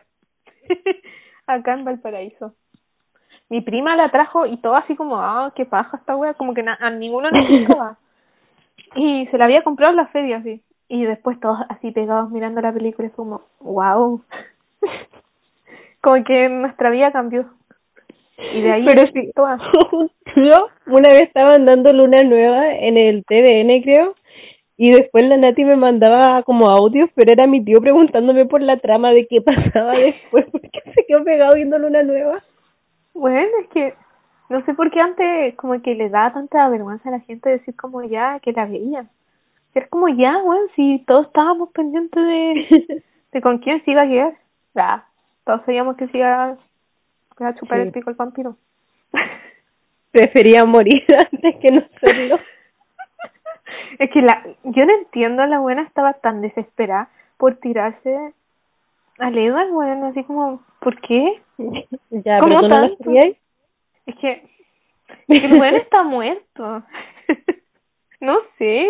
Acá en Valparaíso. Mi prima la trajo y todo así como, ah, qué paja esta wea, como que na- a ninguno nos gustaba. Y se la había comprado en la feria, así. Y después todos así pegados mirando la película, es como, wow. Como que nuestra vida cambió. Y de ahí, Pero sí, todas. yo una vez estaban dando Luna Nueva en el T V N, creo, y después la Nati me mandaba como audios, pero era mi tío preguntándome por la trama de qué pasaba después, porque se quedó pegado viendo Luna Nueva. Bueno, es que no sé por qué antes como que le daba tanta vergüenza a la gente decir como ya que la veía. Era como ya, bueno, si todos estábamos pendientes de, de con quién se iba a quedar. Ya, todos sabíamos que se iba, se iba a chupar el Sí, pico el vampiro. prefería morir antes que no serlo. Es que la, yo no entiendo, la buena estaba tan desesperada por tirarse al Edward, bueno, así como, ¿por qué? Ya, pero ¿Cómo tú no las tanto? querías. Es que, es que el weón está muerto. No sé.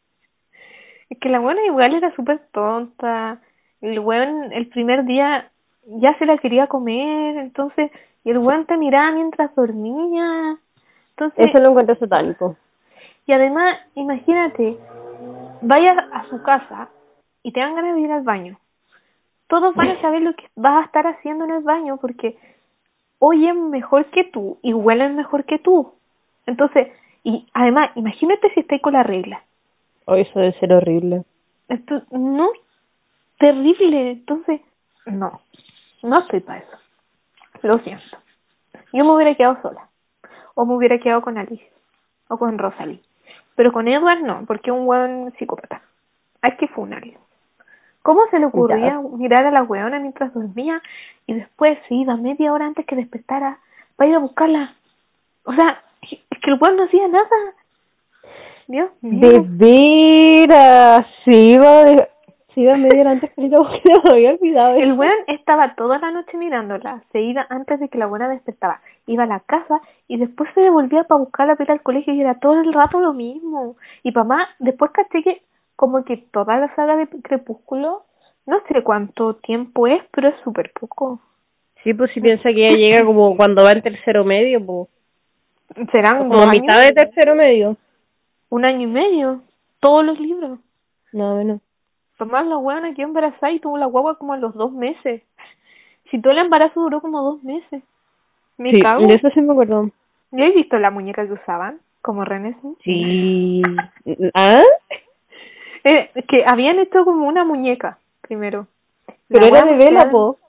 Es que la buena igual era súper tonta. El weón el primer día ya se la quería comer, entonces, y el weón te miraba mientras dormía. Entonces, Eso lo encuentro satánico. Y además, imagínate, vayas a su casa y te dan ganas de ir al baño. Todos van a saber lo que vas a estar haciendo en el baño porque oyen mejor que tú y huelen mejor que tú. Entonces, y además, imagínate si estáis con la regla. Oh, eso debe ser horrible. Esto, no, terrible. Entonces, no, no estoy para eso. Lo siento. Yo me hubiera quedado sola. O me hubiera quedado con Alice. O con Rosalie. Pero con Edward no, porque es un buen psicópata. Hay que funarlo. ¿Cómo se le ocurría Ya. mirar a la weona mientras dormía y después se iba media hora antes que despertara para ir a buscarla? O sea, es que el weón no hacía nada. Dios mío. De veras, sí iba, de, sí iba media hora antes que ir a buscar, me había olvidado eso. El weón estaba toda la noche mirándola, se iba antes de que la buena despertaba, iba a la casa y después se devolvía para buscarla para ir al colegio y era todo el rato lo mismo. Y mamá, después caché que como que toda la saga de Crepúsculo, no sé cuánto tiempo es, pero es súper poco. Sí, pues si piensa que ella llega como cuando va en tercero medio, pues. Serán Como dos mitad años, de tercero medio. un año y medio, todos los libros. No, menos. Tomás la huevona quedó embarazada y tuvo la guagua como a los dos meses. Si todo el embarazo duró como dos meses. Me Sí, cago. de eso sí me acuerdo. ¿Ya he visto la muñeca que usaban? Como Renaissance. Sí. ¿Ah? Eh, que habían hecho como una muñeca, primero. Pero La era hueá de vela, mostraron- po.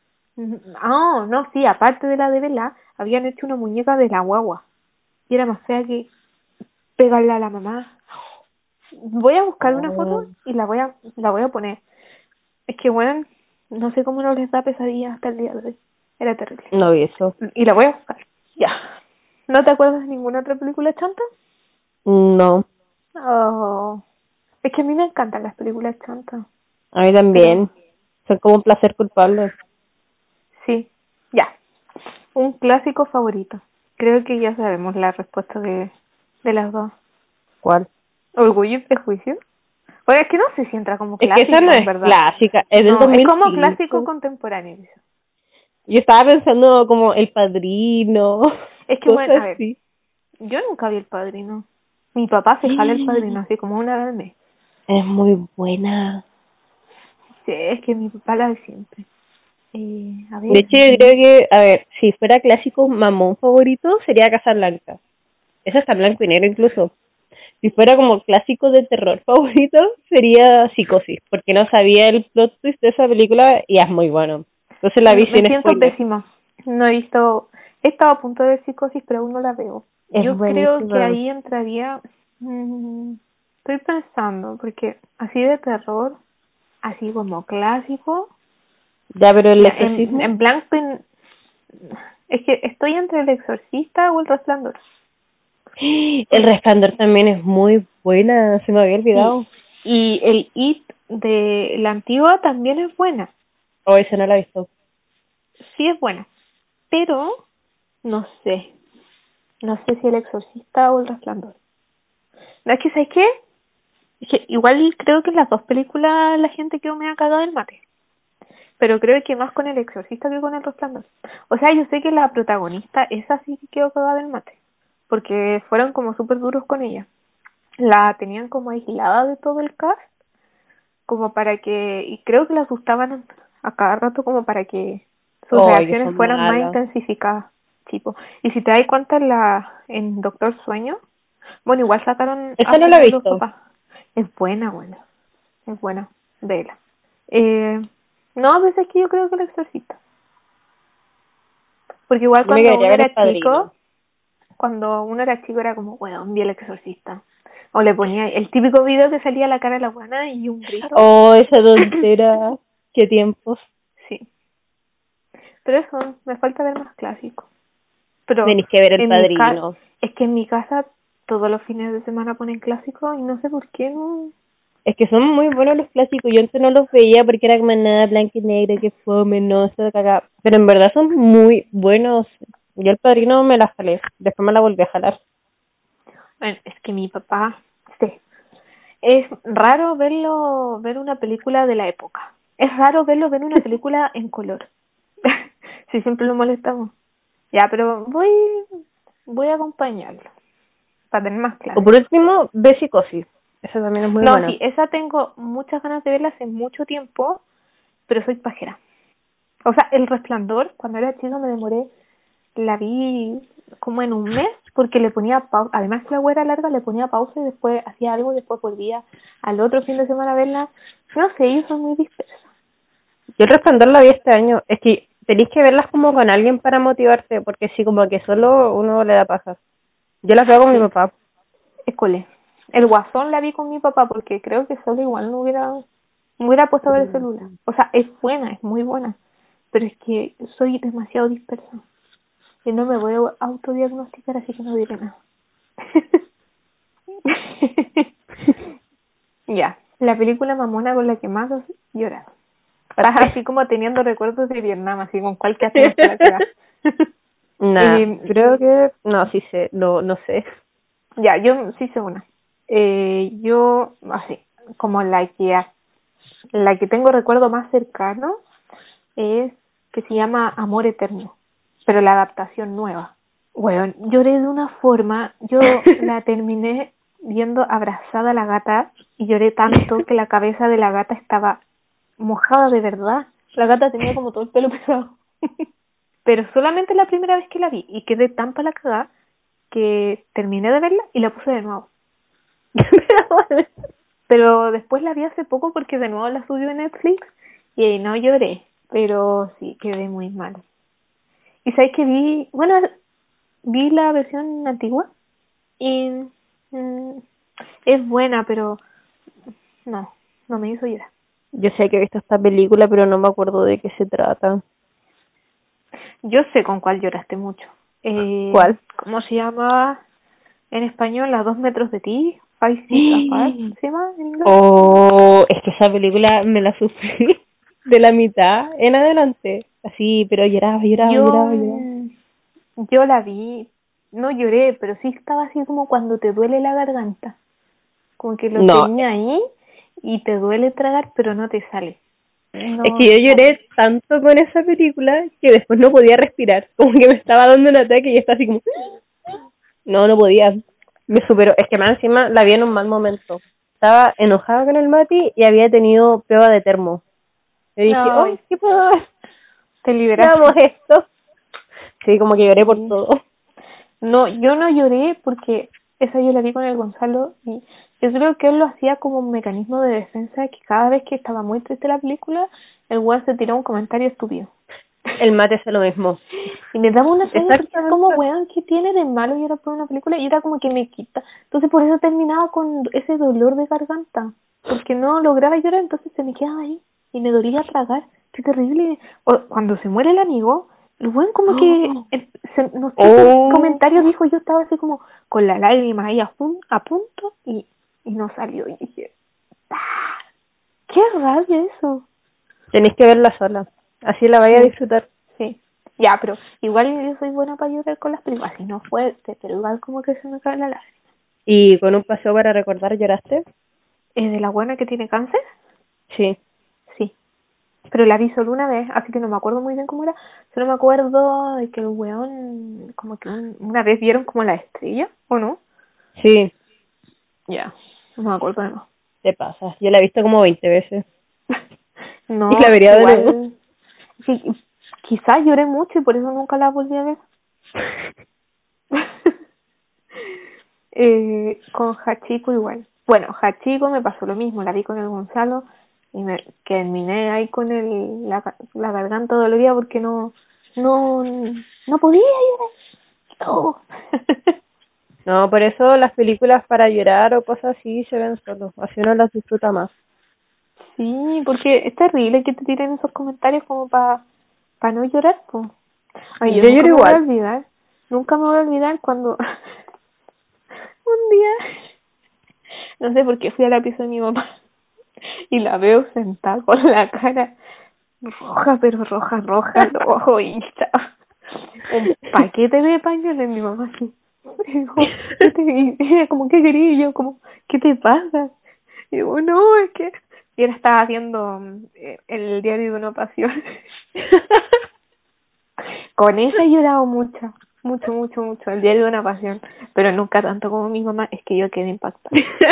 Ah, no, sí, aparte de la de Bella, habían hecho una muñeca de la guagua. Y era más fea que pegarle a la mamá. Voy a buscar una foto y la voy a la voy a poner. Es que, bueno, no sé cómo no les da pesadilla hasta el día de hoy. Era terrible. No vi eso. Y la voy a buscar. Ya. ¿No te acuerdas de ninguna otra película chanta? No. Oh. Es que a mí me encantan las películas chantas. A mí también. Son como un placer culpable. Sí. Ya. Un clásico favorito. Creo que ya sabemos la respuesta de, de las dos. ¿Cuál? ¿Orgullo y prejuicio? Oye, es que no sé si entra como Es que clásico, esa no en es verdad. clásica. Es del No, es como dos mil cinco. clásico contemporáneo. Quizá. Yo estaba pensando como El Padrino. Es que, bueno, Cosas a ver, así. yo nunca vi El Padrino. Mi papá se jala El Padrino, así como una vez al mes. Es muy buena. Sí, es que mi papá la ve siempre. Eh, a ver. De hecho, yo creo que, a ver, si fuera clásico mamón favorito, sería Casablanca. Esa está en blanco y negro incluso. Si fuera como clásico de terror favorito, sería Psicosis, porque no sabía el plot twist de esa película y es muy bueno. Entonces la vi Me sin siento spoiler. pésima. No he visto... He estado a punto de ver Psicosis, pero aún no la veo. Es Yo creo que buenísima. ahí entraría... mm, estoy pensando, porque así de terror, así como clásico... Ya, pero el Ya, en, exorcismo. en blanco... en- es que estoy entre El Exorcista o El Resplandor. El Resplandor también es muy buena, se me había Y, olvidado. y el It de la antigua también es buena. Oh, esa no la he visto. Sí es buena. Pero no sé. No sé si El Exorcista o El Resplandor. No, es que, ¿sabes qué? Es que igual creo que en las dos películas la gente quedó medio cagada del mate. Pero creo que más con El Exorcista que con El Resplandor. O sea, yo sé que la protagonista, esa sí que quedó cagada del mate. Porque fueron como súper duros con ella. La tenían como aislada de todo el cast. Como para que... Y creo que la asustaban a cada rato como para que sus Oh, que reacciones son fueran más malas. intensificadas. Tipo. Y si te das cuenta en, la, en Doctor Sueño... Bueno, igual sacaron Esa no la he a los visto. papás. Es buena, buena. Es buena. Vela. Eh, no, a veces que yo creo que El Exorcista. Porque igual Yo me cuando quedaría uno ver El era Padrino. chico, cuando uno era chico era como, weón, vi El Exorcista. O le ponía el típico video que salía la cara de la guana y un grito. Oh, esa tontera. Qué tiempos. Sí. Pero eso, me falta ver más clásicos. Pero Tenéis que ver El en mi casa, Padrino. es que en mi casa todos los fines de semana ponen clásicos y no sé por qué no. Es que son muy buenos los clásicos. Yo antes no los veía porque era como nada blanco y negro, que fome, no se cagaba. Pero en verdad son muy buenos. Yo El Padrino me la jalé. Después me la volví a jalar. Bueno, es que mi papá, sí. Es raro verlo, ver una película de la época. Es raro verlo ver una película en color. Si siempre lo molestamos. Ya, pero voy, voy a acompañarlo. para tener más claro. O por último, ve Psicosis. Esa también es muy no, buena. sí, esa tengo muchas ganas de verla hace mucho tiempo, pero soy pajera. O sea, El Resplandor, cuando era chico me demoré, la vi como en un mes, porque le ponía pausa, además que la web era larga, le ponía pausa y después hacía algo y después volvía al otro fin de semana a verla. No sé, yo soy muy dispersa. Yo El Resplandor la vi este año. Es que tenéis que verlas como con alguien para motivarte, porque sí, como que solo uno le da paja. Yo las veo con Sí. mi papá. École. El Guasón la vi con mi papá porque creo que solo igual no hubiera, no hubiera puesto a ver el celular. O sea, es buena, es muy buena, pero es que soy demasiado dispersa y no me voy a autodiagnosticar, así que no diré nada. Ya, la película mamona con la que más has llorado. Estás así como teniendo recuerdos de Vietnam, así con cuál que hacemos para quedar. Nah, eh, creo que... No, sí sé, no, no sé. Ya, yo sí sé una. Eh, yo, así, como la que, la que tengo recuerdo más cercano es que se llama Amor Eterno, pero la adaptación nueva. Bueno, lloré de una forma, yo la terminé viendo abrazada a la gata y lloré tanto que la cabeza de la gata estaba mojada de verdad. La gata tenía como todo el pelo pesado. Pero solamente la primera vez que la vi y quedé tan para la cagada que terminé de verla y la puse de nuevo. Pero después la vi hace poco porque de nuevo la subió en Netflix y ahí no lloré, pero sí quedé muy mal. Y sabes que vi, bueno, vi la versión antigua y mm, es buena, pero no, no me hizo llorar. Yo sé que he visto esta película, pero no me acuerdo de qué se trata. Yo sé con cuál lloraste mucho. Eh, ¿Cuál? ¿Cómo se llamaba en español? A dos metros de ti, Five Feet Apart, ¿se llama en inglés? Oh, es que esa película me la sufrí de la mitad en adelante. Así, pero lloraba, lloraba, Yo, lloraba, lloraba. yo la vi, no lloré, pero sí estaba así como cuando te duele la garganta. Como que lo No, tenía ahí y te duele tragar, pero no te sale. No es que yo sale. lloré tanto con esa película que después no podía respirar. Como que me estaba dando un ataque y estaba así como... No, no podía. Me superó. Es que más encima la vi en un mal momento. Estaba enojada con el Mati y había tenido prueba de termo. Yo dije, oh, Ay, ¿qué puedo ver? te liberaste. Veamos esto. Sí, como que lloré por Sí. todo. No, yo no lloré porque esa yo la vi con el Gonzalo y yo creo que él lo hacía como un mecanismo de defensa, que cada vez que estaba muy triste la película, el weón se tiraba un comentario estúpido. El Mati hace lo mismo. Y me daba una serie porque es como, Exactamente. weón, ¿qué tiene de malo llorar por una película? Y era como que me quita. Entonces por eso terminaba con ese dolor de garganta. Porque no lograba llorar, entonces se me quedaba ahí. Y me dolía tragar. Qué terrible. O, cuando se muere el amigo, el weón como que, el, se, no sé qué Oh. comentario dijo, yo estaba así como con la lágrima ahí a, pun, a punto y, y no salió. Y dije, ¡ah! ¡Qué rabia eso! Tenéis que verla sola. Así la vaya Sí. a disfrutar. Sí, ya, pero igual yo soy buena para llorar con las películas, así no fuerte, pero igual como que se me cae la lágrima. ¿Y con un paseo para recordar lloraste? ¿Es de la buena que tiene cáncer? Sí. Sí, pero la vi solo una vez, así que no me acuerdo muy bien cómo era. Solo me acuerdo de que el weón, como que un, una vez vieron como la estrella, ¿o no? Sí. Ya, no me acuerdo de más. Te pasa. Yo la he visto como veinte veces. No, Y la vería de nuevo. igual, sí, quizás lloré mucho y por eso nunca la volví a ver. eh, con Hachiko igual. Bueno, Hachiko me pasó lo mismo, la vi con el Gonzalo y me terminé ahí con el la, la garganta dolorida porque no no no podía llorar. No. No, por eso las películas para llorar o cosas así se ven solo. Así uno las disfruta más. Sí, porque es terrible que te tiren esos comentarios como para pa no llorar, pues. Ay, yo Yo nunca lloro me voy a igual. olvidar, nunca me voy a olvidar cuando un día, no sé por qué fui a la pieza de mi mamá y la veo sentada con la cara roja, pero roja, roja, el ojo hincha. Un paquete de paños de mi mamá así. Y digo, ¿qué te, y ella como, ¿qué quería? Y yo como, ¿qué te pasa? Y digo, no, es que... Y él estaba viendo mm, eh, el diario de una pasión. Con ella he llorado mucho. Mucho, mucho, mucho. El diario de una pasión. Pero nunca tanto como mi mamá. Es que yo quedé impactada.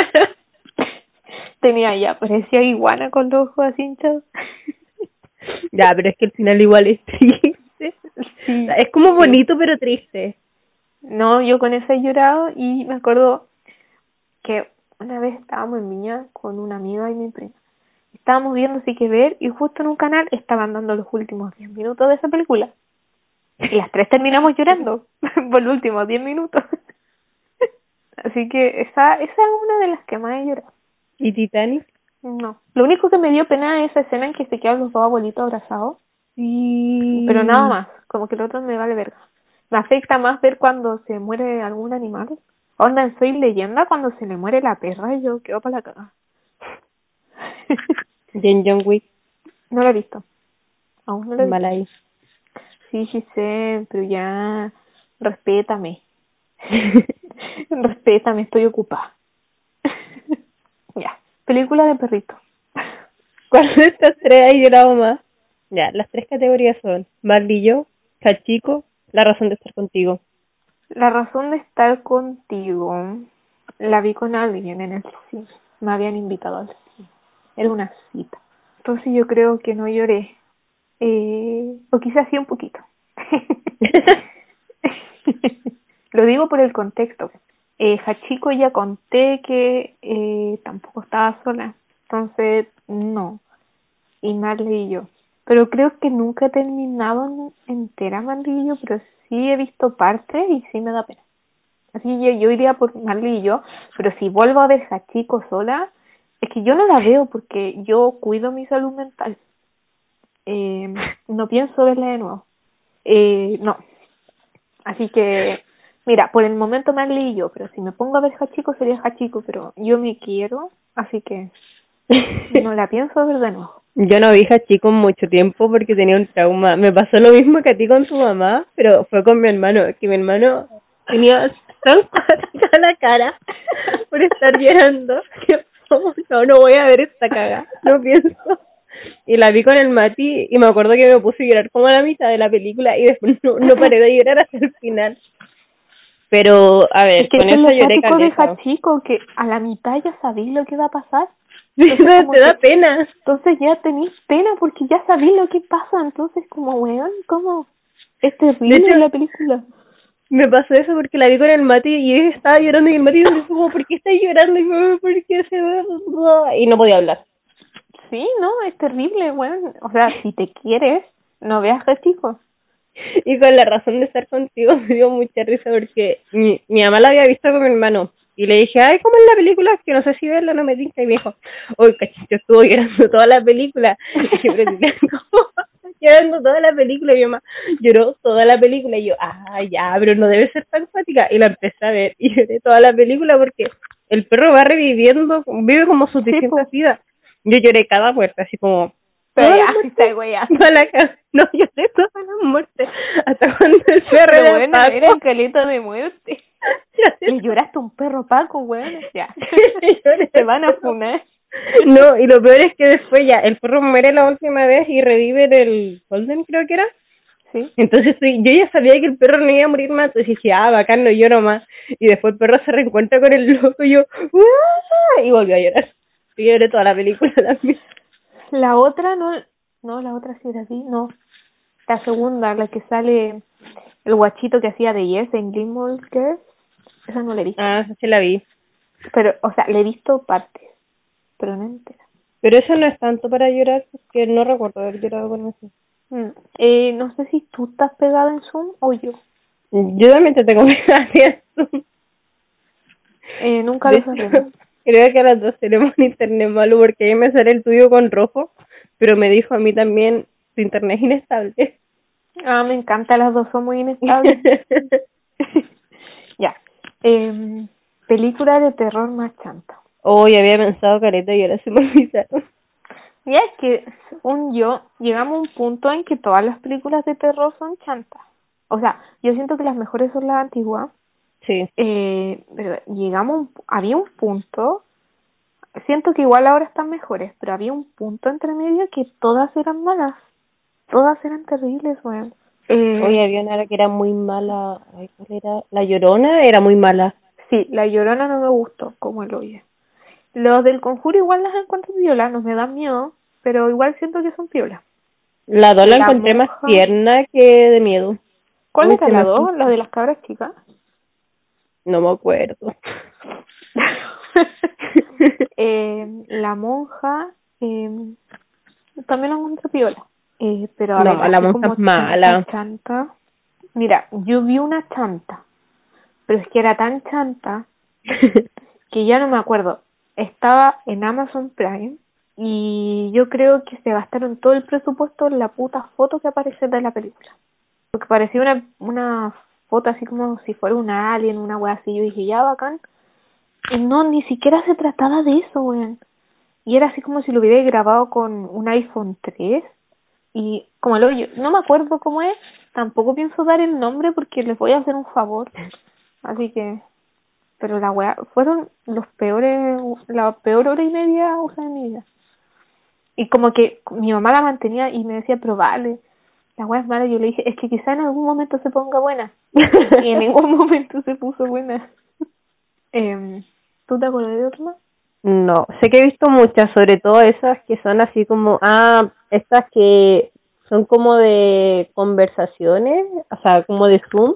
Tenía ya, parecía iguana con los ojos así hinchados. Ya, pero es que el final igual es triste. Sí. O sea, es como bonito, pero triste. No, yo con eso he llorado y me acuerdo que una vez estábamos en Viña con una amiga y mi prima. Estábamos viendo Así que Ver y justo en un canal estaban dando los últimos diez minutos de esa película. Y las tres terminamos llorando por los últimos diez minutos. Así que esa, esa es una de las que más he llorado. ¿Y Titanic? No. Lo único que me dio pena es esa escena en que se quedan los dos abuelitos abrazados. Sí. Pero nada más. Como que el otro me vale verga. Me afecta más ver cuando se muere algún animal. Onda en Soy Leyenda cuando se le muere la perra y yo quedo para la cagada. Jen John Wick. No lo he visto. Aún no lo he visto. Mal ahí. Sí, sí sé, pero ya respétame. Respétame, estoy ocupada. Ya. Película de perrito. ¿Cuál de estas tres hay llorado más? Ya, las tres categorías son Marley y yo, Hachiko, La razón de estar contigo. La razón de estar contigo la vi con alguien en el cine. Me habían invitado al cine. Era una cita. Entonces yo creo que no lloré. Eh, o quizás sí un poquito. Lo digo por el contexto. Eh, Hachiko ya conté que eh, tampoco estaba sola. Entonces, no. Y Marley y yo. Pero creo que nunca he terminado entera Marley y yo, pero sí he visto partes y sí me da pena. Así yo, yo iría por Marley y yo, pero si vuelvo a ver Hachiko sola, es que yo no la veo porque yo cuido mi salud mental. Eh, no pienso verla de nuevo. Eh, no. Así que, mira, por el momento Marley y yo, pero si me pongo a ver Hachiko sería Hachiko, pero yo me quiero, así que no la pienso ver de nuevo. Yo no vi Hachiko mucho tiempo porque tenía un trauma. Me pasó lo mismo que a ti con tu mamá, pero fue con mi hermano, que mi hermano tenía tan cuática la cara por estar llorando que oh, no, no voy a ver esta caga, no pienso. Y la vi con el Mati y me acuerdo que me puse a llorar como a la mitad de la película y después no, no paré de llorar hasta el final. Pero, a ver, es que con eso eso es lo lloré cuático de caleta. Hachiko, que a la mitad ya sabéis lo que va a pasar. Entonces, te da que, pena. Entonces ya tenéis pena porque ya sabéis lo que pasa. Entonces, como, weón, como es terrible De hecho, la película. Me pasó eso porque la vi con el Mati y él estaba llorando y el Mati me dijo como, ¿por qué estás llorando? Y yo, ¿por qué se va? Y no podía hablar. Sí, no, es terrible, weón. O sea, si te quieres, no veas Hachiko. Y con la razón de estar contigo me dio mucha risa porque mi, mi mamá la había visto con mi hermano. Y le dije, ay, ¿cómo es la película? Que no sé si verla, no me tinca. Y me dijo, uy, cachito, estuvo llorando toda la película. Y yo, pero ¿cómo llorando toda la película? Y mi mamá lloró toda la película. Y yo, ah, ya, pero no debe ser tan cuática. Y la empecé a ver y lloré toda la película porque el perro va reviviendo, vive como sus Sí, distintas po. vidas. Yo lloré cada muerte, así como... Pero toda ya, la muerte, está wea. toda la ca- no, lloré toda la muerte. Hasta cuando el perro Pero era bueno, Paco. era el caleta de muerte. Lloré Le lloraste a un perro Paco, weón. Ya. Lloré Te van a todo. funar. No, y lo peor es que después ya, el perro muere la última vez y revive en el Golden, creo que era. Sí. Entonces sí, yo ya sabía que el perro no iba a morir más, entonces dije, ah, bacán, no lloro más. Y después el perro se reencuentra con el loco y yo, ¡ah! Y volvió a llorar. Y lloré toda la película también. La otra no, no, la otra sí era así, no. La segunda, la que sale el guachito que hacía de Yes en Gilmore Girls, esa no la he visto. Ah, sí la vi. Pero, o sea, le he visto partes, pero no entera. Pero eso no es tanto para llorar, porque no recuerdo haber llorado con eso. Mm. Eh, no sé si tú estás pegado en Zoom o yo. Yo también te tengo que hacer eso. Eh, nunca De lo hecho, sabemos. creo que a las dos tenemos un internet malo porque a mí me sale el tuyo con rojo, pero me dijo a mí también tu internet es inestable. Ah, me encanta, las dos son muy inestables. Ya. Eh, película de terror más chanta. Hoy había pensado careta y ahora se me olvidaron. Ya es que, según yo, llegamos a un punto en que todas las películas de terror son chantas. O sea, yo siento que las mejores son las antiguas. Sí. Eh, pero llegamos, a un, había un punto, siento que igual ahora están mejores, pero había un punto entre medio que todas eran malas. Todas eran terribles, weón. Eh, Hoy había una que era muy mala. Ay, ¿cuál era? La Llorona era muy mala. sí, La Llorona no me gustó, como el oye. Los del Conjuro igual las encuentro violas, no me dan miedo, pero igual siento que son piolas. La dos la La encontré más monja... tierna que de miedo. ¿Cuál Uy, era se la me fue. dos? ¿La de las cabras chicas? No me acuerdo. eh, la monja eh, también la encuentro piola. Eh, pero a No, ver, la así monja como es chanta, mala. chanta. Mira, yo vi una chanta, pero es que era tan chanta que ya no me acuerdo. Estaba en Amazon Prime y yo creo que se gastaron todo el presupuesto en la puta foto que aparece de la película. Porque parecía una, una foto así como si fuera un alien, una wea así. Yo dije, ya bacán. Y no, ni siquiera se trataba de eso, weón. Y era así como si lo hubiera grabado con un iPhone tres. Y como lo yo no me acuerdo cómo es, tampoco pienso dar el nombre porque les voy a hacer un favor. Así que, pero la weá, fueron los peores, la peor hora y media usada en mi vida. Y como que mi mamá la mantenía y me decía, pero vale, la weá es mala. Y yo le dije, es que quizá en algún momento se ponga buena. Y en ningún momento se puso buena. Eh, ¿Tú te acuerdas de otra más? No, sé que he visto muchas, sobre todo esas que son así como, ah, estas que son como de conversaciones, o sea, como de Zoom,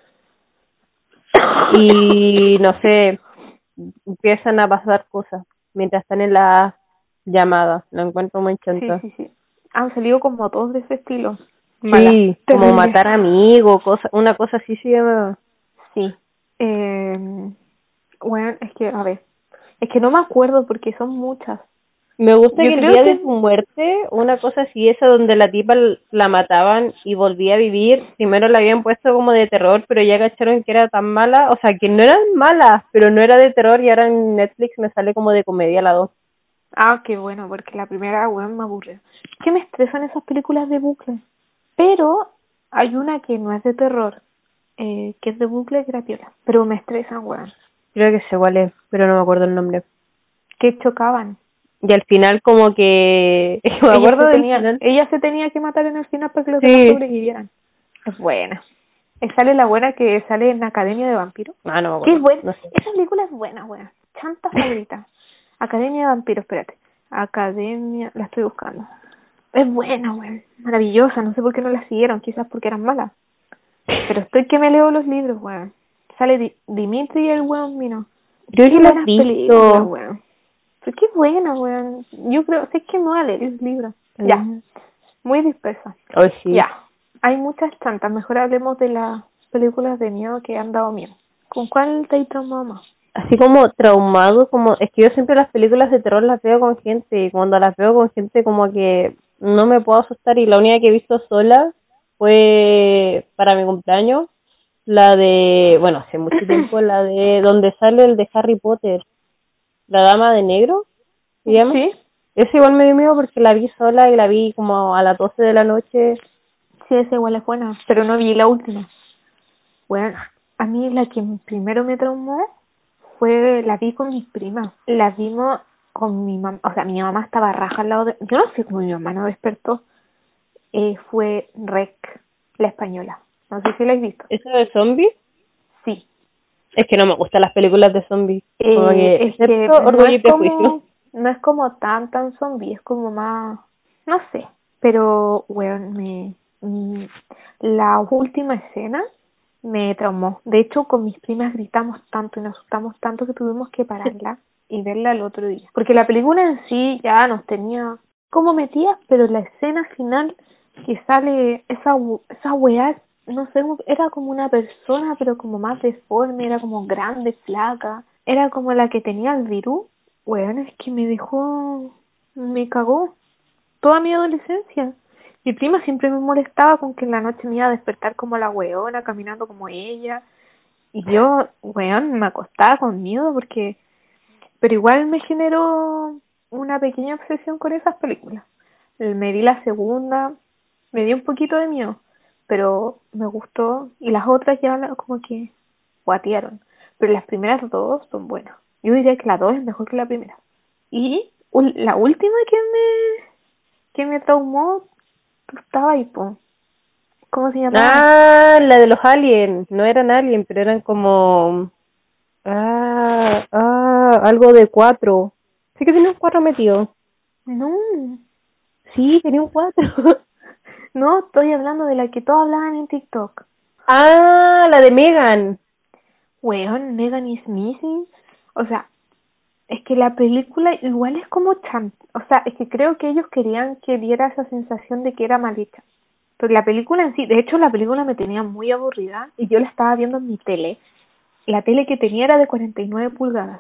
y no sé, empiezan a pasar cosas mientras están en la llamada. Lo encuentro muy Sí, chanta. sí, sí. Han salido como todos de ese estilo. Mala. Sí, como Terrible. matar amigos, cosa, una cosa así se llama. Sí. Eh, bueno, es que, a ver, es que no me acuerdo porque son muchas. Me gusta Yo que el creo día de que... tu muerte, una cosa así, esa donde la tipa l- la mataban y volvía a vivir, primero la habían puesto como de terror, pero ya cacharon que era tan mala, o sea, que no eran malas, pero no era de terror y ahora en Netflix me sale como de comedia la dos. Ah, qué bueno, porque la primera, weón, me aburre. Es que me estresan esas películas de bucle. Pero hay una que no es de terror, eh, que es de bucle, que era piola. Pero me estresan, weón. Creo que sé cuál es, pero no me acuerdo el nombre. Que chocaban. Y al final como que, me Ella acuerdo se del tenía, final. ella se tenía que matar en el final para que los demás Sí. sobrevivieran. Es buena. Eh, Sale la buena que sale en Academia de Vampiros. Ah, no me Qué acuerdo, buena. no sé. Esa película es buena, buena. Chanta favorita. Academia de Vampiros, espérate. Academia, la estoy buscando. Es buena, weón. Maravillosa. No sé por qué no la siguieron. Quizás porque eran malas. Pero estoy que me leo los libros, weón. Sale Di- Dimitri y el weón Mino. Creo Qué que la has buenas películas, visto. weón. Pero qué buena, weón. Yo creo, sé que me voy a leer el libro. Ya. Mm. Muy dispersa. Oh, sí. Ya. Hay muchas tantas. Mejor hablemos de las películas de miedo que han dado miedo. ¿Con cuál te has traumado más? Así como traumado, como es que yo siempre las películas de terror las veo con gente y cuando las veo con gente como que no me puedo asustar y la única que he visto sola fue para mi cumpleaños, la de, bueno, hace mucho tiempo, la de donde sale el de Harry Potter, la dama de negro, se llama. Sí, Esa igual me dio miedo porque la vi sola y la vi como a las doce de la noche. sí, esa igual es buena. Pero no vi la última. Bueno, a mí la que primero me traumó fue, la vi con mis primas. La vimos con mi mamá, o sea, mi mamá estaba raja al lado de... Yo no sé cómo mi mamá no despertó. Eh, fue Rec, la española. No sé si la has visto. ¿Esa de zombies? Sí. Es que no me gustan las películas de zombies, como Eh, que, es que excepto no Orgullo es y Prejuicio. como, no es como tan, tan zombie, es como más, no sé. Pero, bueno, me, mm, la última escena me traumó. De hecho, con mis primas gritamos tanto y nos asustamos tanto que tuvimos que pararla y verla el otro día. Porque la película en sí ya nos tenía como metidas, pero la escena final que sale esa we- esa weá, no sé, era como una persona, pero como más deforme, era como grande, flaca, era como la que tenía el virus. Weón, es que me dejó, me cagó toda mi adolescencia. Mi prima siempre me molestaba con que en la noche me iba a despertar como la weona, caminando como ella. Y yo, weón, me acostaba con miedo porque... Pero igual me generó una pequeña obsesión con esas películas. Me vi la segunda, me dio un poquito de miedo, pero me gustó. Y las otras ya la- como que guatearon. Pero las primeras dos son buenas. Yo diría que la dos es mejor que la primera. Y ul- la última que me que me traumó, tú estabas ahí, po. ¿Cómo se llamaba? Ah, la de los aliens. No eran aliens, pero eran como... Ah, ah, algo de cuatro. Sí que tenía un cuatro metido. No. Sí, tenía un cuatro. No, estoy hablando de la que todos hablaban en TikTok. Ah, la de Megan. Weón, Megan is Missing. O sea, es que la película igual es como chan. O sea, es que creo que ellos querían que diera esa sensación de que era mal hecha. Pero la película en sí, de hecho la película me tenía muy aburrida y yo la estaba viendo en mi tele. La tele que tenía era de cuarenta y nueve pulgadas.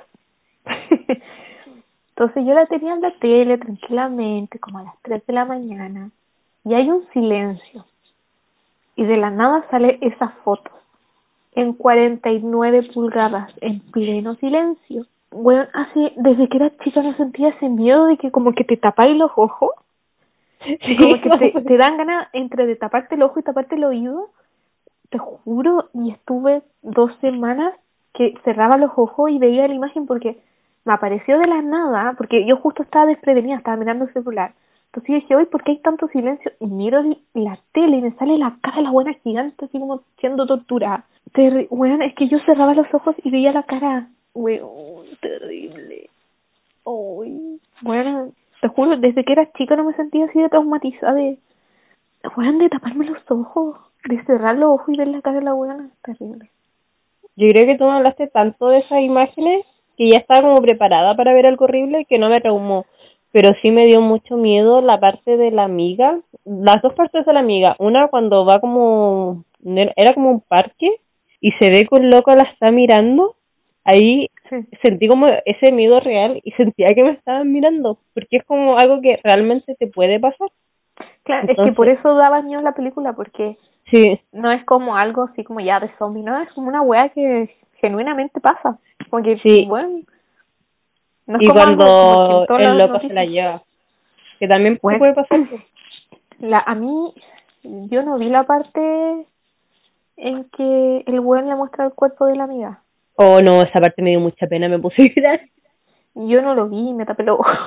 Entonces yo la tenía en la tele tranquilamente, como a las tres de la mañana. Y hay un silencio. Y de la nada sale esa foto. En cuarenta y nueve pulgadas, en pleno silencio. Bueno, así, desde que era chica no sentía ese miedo de que como que te tapáis los ojos. Sí, Y como que te, te dan ganas entre de taparte el ojo y taparte el oído. Te juro, y estuve dos semanas que cerraba los ojos y veía la imagen porque me apareció de la nada, porque yo justo estaba desprevenida, estaba mirando el celular. Entonces dije, oye, ¿por qué hay tanto silencio? Y miro la tele y me sale la cara de la buena gigante, así como siendo torturada. Terri bueno, es que yo cerraba los ojos y veía la cara. Weón, terrible. Uy. Bueno, te juro, desde que era chica no me sentía así de traumatizada de... Weón, de taparme los ojos, de cerrar los ojos y ver la cara de la buena. Terrible. yo creo que tú me hablaste tanto de esas imágenes que ya estaba como preparada para ver algo horrible que no me traumó. Pero sí me dio mucho miedo la parte de la amiga, las dos partes de la amiga. Una cuando va como, era como un parque y se ve que un loco la está mirando. Ahí Sí. sentí como ese miedo real y sentía que me estaban mirando, porque es como algo que realmente te puede pasar. Claro, Entonces, es que por eso daba miedo la película, porque sí, no es como algo así como ya de zombie, no, es como una weá que genuinamente pasa. Porque, sí. bueno, no es Y como algo como que en cuando todas el las loco se la noticias. lleva, que también te Bueno, puede pasar. Pues. la, a mí, yo no vi la parte en que el weón le muestra el cuerpo de la amiga. Oh, no, esa parte me dio mucha pena, me puse a llorar. Yo no lo vi, me tapé los ojos.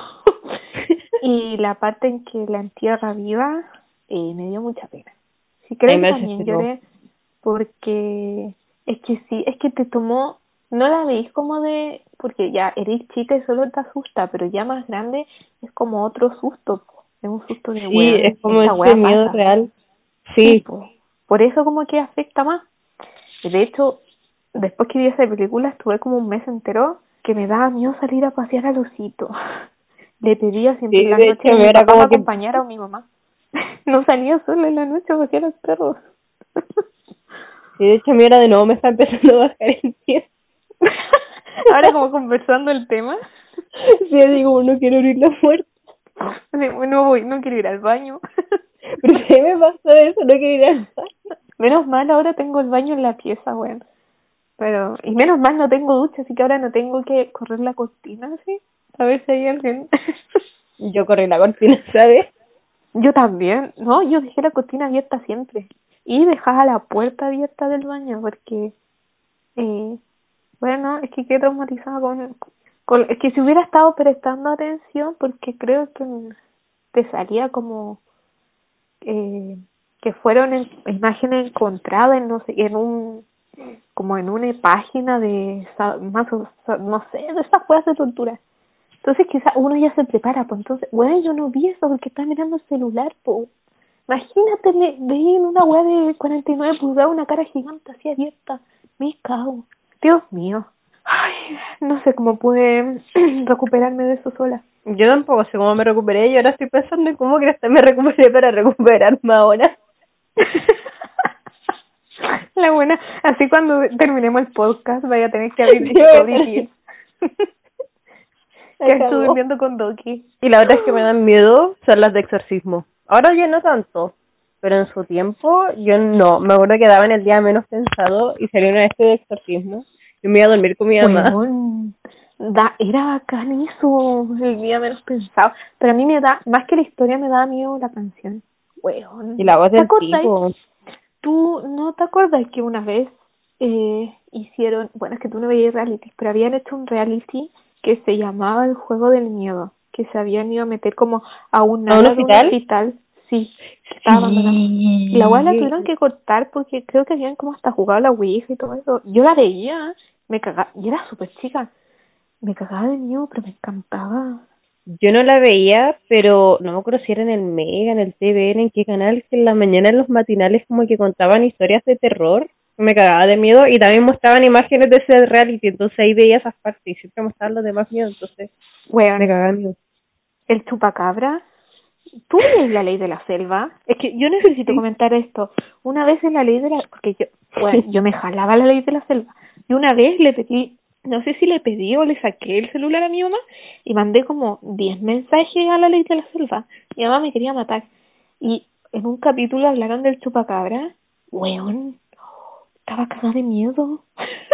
Y la parte en que la entierra viva, eh, me dio mucha pena. Sí, Ahí creo que me también desesperó. lloré porque es que sí, es que te tomó, no la veis como de, porque ya eres chica y solo te asusta, pero ya más grande es como otro susto, po. Es un susto de Sí, weón, es como esta ese wea miedo pasa. real. Sí, Sí, pues, por eso como que afecta más. Y de hecho, después que vi esa película estuve como un mes entero que me daba miedo salir a pasear al osito. Le pedía siempre sí, en las de noches hecho a me mi era papá me como que... acompañara o mi mamá. No salía sola en la noche a pasear a los perros. Sí, de hecho me era de nuevo, me está empezando a bajar el pie. Ahora como conversando el tema. Sí, digo, no quiero abrir la puerta. No voy, no quiero ir al baño. Pero ¿qué me pasó eso? No quiero ir al baño. Menos mal ahora tengo el baño en la pieza, weón. Pero, y menos mal no tengo ducha, así que ahora no tengo que correr la cortina, ¿sí? A ver si hay alguien. Yo corrí la cortina, ¿sabes? Yo también, no, yo dejé la cortina abierta siempre. Y dejaba la puerta abierta del baño porque, eh, bueno, es que quedé traumatizada con, con... Es que si hubiera estado prestando atención, porque creo que te salía como... Eh, que fueron en, imágenes encontradas en, no sé, en un... como en una página de... más o- no sé, de esas juegas de tortura. Entonces quizá uno ya se prepara, pues entonces, güey, yo no vi eso porque estaba mirando el celular, pues. Imagínate, me veí en una weá de cuarenta y nueve pulgadas una cara gigante así abierta. Me cago. Dios mío. Ay, no sé cómo pude recuperarme de eso sola. Yo tampoco sé cómo me recuperé y ahora estoy pensando en cómo que hasta me recuperé para recuperarme ahora. La buena, así cuando terminemos el podcast vaya a tener que abrir Yo Discovery me Kids. la Que estoy cagó. durmiendo con Doki. Y las otras que me dan miedo son las de exorcismo. Ahora ya no tanto, pero en su tiempo yo no. Me acuerdo que daban el día menos pensado y salió una vez de exorcismo. Yo me iba a dormir con mi mamá. Weón, da, era bacán eso, el día menos pensado. Pero a mí me da, más que la historia, me da miedo la canción. Y Weón, la voz ¿te del acordáis? tipo. ¿Tú no te acuerdas que una vez eh, hicieron, bueno, es que tú no veías reality, pero habían hecho un reality que se llamaba El Juego del Miedo, que se habían ido a meter como a un ¿A un ala de un hospital? hospital, sí, Estaba abandonada. Y la weá la tuvieron que cortar porque creo que habían como hasta jugado a la Ouija y todo eso. Yo la veía, me cagaba, y era súper chica, me cagaba de miedo, pero me encantaba. Yo no la veía, pero no me acuerdo si era en el Mega, en el T V N, en qué canal, que en la mañana en los matinales como que contaban historias de terror. Me cagaba de miedo y también mostraban imágenes de ese reality, entonces ahí veía esas partes y siempre mostraban los demás miedo, entonces Weón, me cagaba de miedo. el chupacabra. ¿Tú lees La Ley de la Selva? Es que yo necesito Sí. comentar esto. Una vez en La Ley de la... Porque yo, bueno, yo me jalaba La Ley de la Selva. Y una vez le pedí, no sé si le pedí o le saqué el celular a mi mamá y mandé como diez mensajes a La Ley de la Selva. Mi mamá me quería matar. Y en un capítulo hablaron del chupacabra. Weón, estaba cagada de miedo.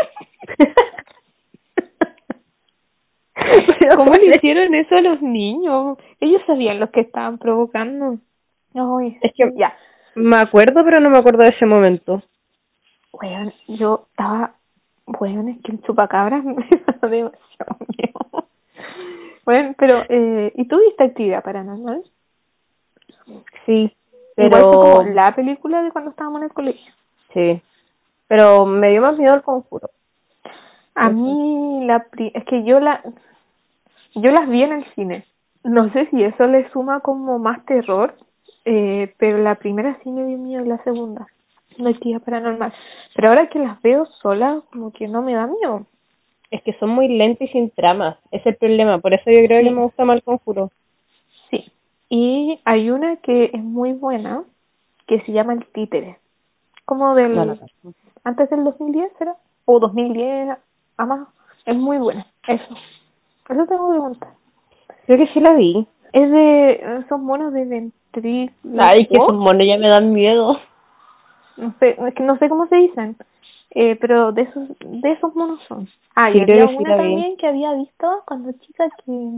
¿Cómo le hicieron eso a los niños? Ellos sabían lo que estaban provocando. Ay, Es que ya. me acuerdo, pero no me acuerdo de ese momento. Weón, yo estaba... Weón, es que el chupacabras me da demasiado miedo. Bueno, pero... Eh, ¿y tú viste Actividad Paranormal? Sí, Igual fue como pero... la película de cuando estábamos en el colegio. Sí, pero me dio más miedo el Conjuro. A mí, la pri- es que yo la... Yo las vi en el cine. No sé si eso le suma como más terror, eh, pero la primera sí me dio miedo y la segunda, la Actividad Paranormal. Pero ahora que las veo solas, como que no me da miedo. Es que son muy lentos y sin tramas, ese es el problema, por eso yo creo que Sí, me gusta más el Conjuro. sí. Y hay una que es muy buena, que se llama El Títere. Como No, la del... cacho. Antes del dos mil diez, ¿será? O dos mil diez, a más. Es muy buena, eso. Eso tengo que contar. Creo que sí la vi. Es de... Esos monos de ventrílocuo. Ay, que esos monos ya me dan miedo. No sé, es que no sé cómo se dicen, eh, pero de esos de esos monos son. Ah, y Sí, creo había que sí una la vi. también que había visto cuando chica que,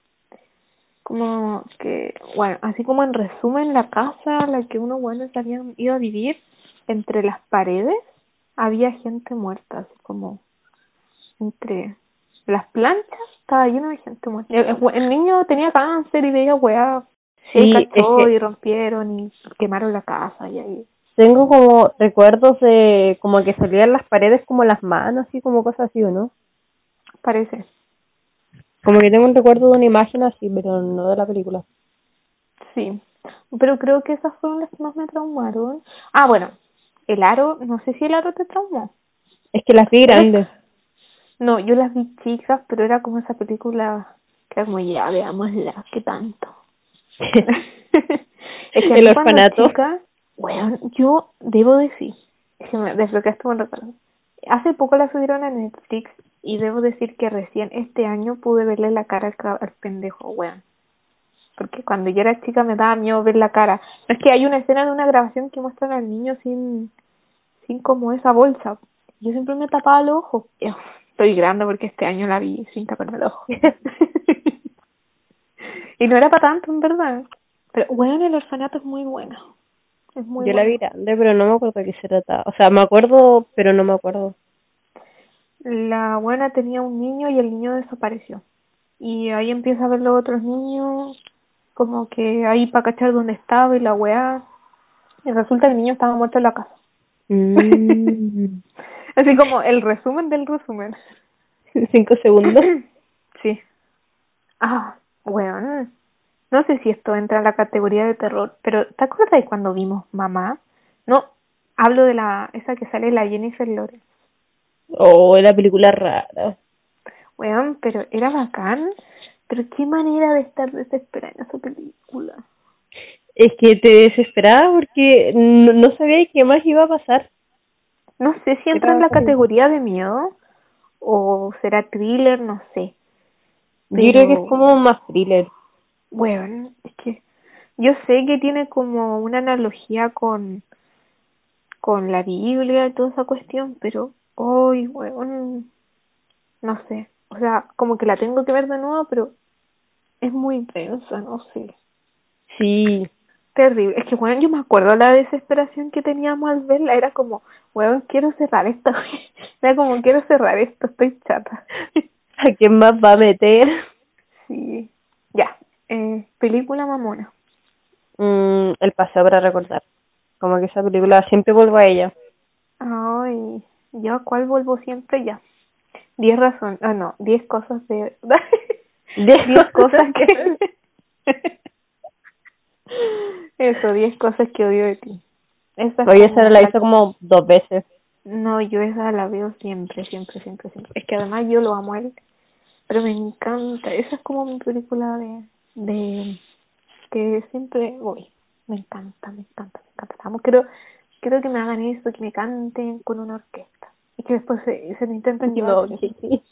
como que, bueno, así como en resumen, la casa a la que unos buenos habían ido a vivir, entre las paredes había gente muerta, así como entre las planchas estaba lleno de gente muerta. El, el niño tenía cáncer y veía weá, y ahí Sí, es cachó que y rompieron y quemaron la casa y ahí. tengo como recuerdos de como que salían las paredes como las manos, así como cosas así, ¿o no? Parece. Como que tengo un recuerdo de una imagen así, pero no de la película. Sí, pero creo que esas fueron las que más me traumaron. Ah, bueno, el aro, no sé si el aro te traumó. Es que las vi Era, grandes. no, yo las vi chicas, pero era como esa película que era como, ya, veámosla, ¿qué tanto? Es que a El mí cuando orfanato. chica, bueno, yo debo decir, es que me desbloqueaste un recuerdo. Hace poco la subieron a Netflix y debo decir que recién este año pude verle la cara al, ca- al pendejo, weón. Porque cuando yo era chica me daba miedo ver la cara. No, es que hay una escena de una grabación que muestran al niño sin, sin como esa bolsa. Yo siempre me tapaba los ojos. Yo estoy grande porque este año la vi sin taparme los ojos. Y no era para tanto, en verdad. Pero bueno, el orfanato es muy bueno. Es muy Yo la vi bueno. grande, pero no me acuerdo de qué se trataba. O sea, me acuerdo, pero no me acuerdo. La buena tenía un niño y el niño desapareció. Y ahí empieza a ver los otros niños, como que ahí para cachar dónde estaba y la weá. Y resulta que el niño estaba muerto en la casa. Mm. Así como el resumen del resumen. Cinco segundos. Sí. Ah, bueno. No sé si esto entra en la categoría de terror, pero ¿te acuerdas de cuando vimos Mamá? No, hablo de la esa que sale la Jennifer Lawrence. Oh, la película rara. Weón, pero era bacán. Pero qué manera de estar desesperada en esa película. Es que te desesperaba porque no, no sabía qué más iba a pasar. No sé si entra en Era la como... categoría de miedo o será thriller, no sé. Yo creo que es Pero, como más thriller. weón, es que yo sé que tiene como una analogía con, con la Biblia y toda esa cuestión, pero hoy, weón, no sé. O sea, como que la tengo que ver de nuevo, pero es muy intensa, no sé. Sí. Terrible. Es que, weón, yo me acuerdo la desesperación que teníamos al verla. Era como, weón, quiero cerrar esto. Era como, quiero cerrar esto, estoy chata. ¿A quién más va a meter? Sí. Ya. Eh, película mamona. mm, El paseo para recordar. Como que esa película siempre vuelvo a ella. Ay, ¿yo a cuál vuelvo siempre? Ya. Diez razones, ah no, diez cosas de... Diez diez cosas cosas que... Eso, diez cosas que odio de ti. Esa es Oye, como esa la la... hizo como dos veces. No, yo esa la veo siempre, siempre, siempre, siempre. Es que además yo lo amo a él, pero me encanta. Esa es como mi película de... de que siempre voy. Me encanta, me encanta, me encanta. Amo. Creo, creo que me hagan eso, que me canten con una orquesta. Y que después se, se lo intenten llevar. No, sí, sí.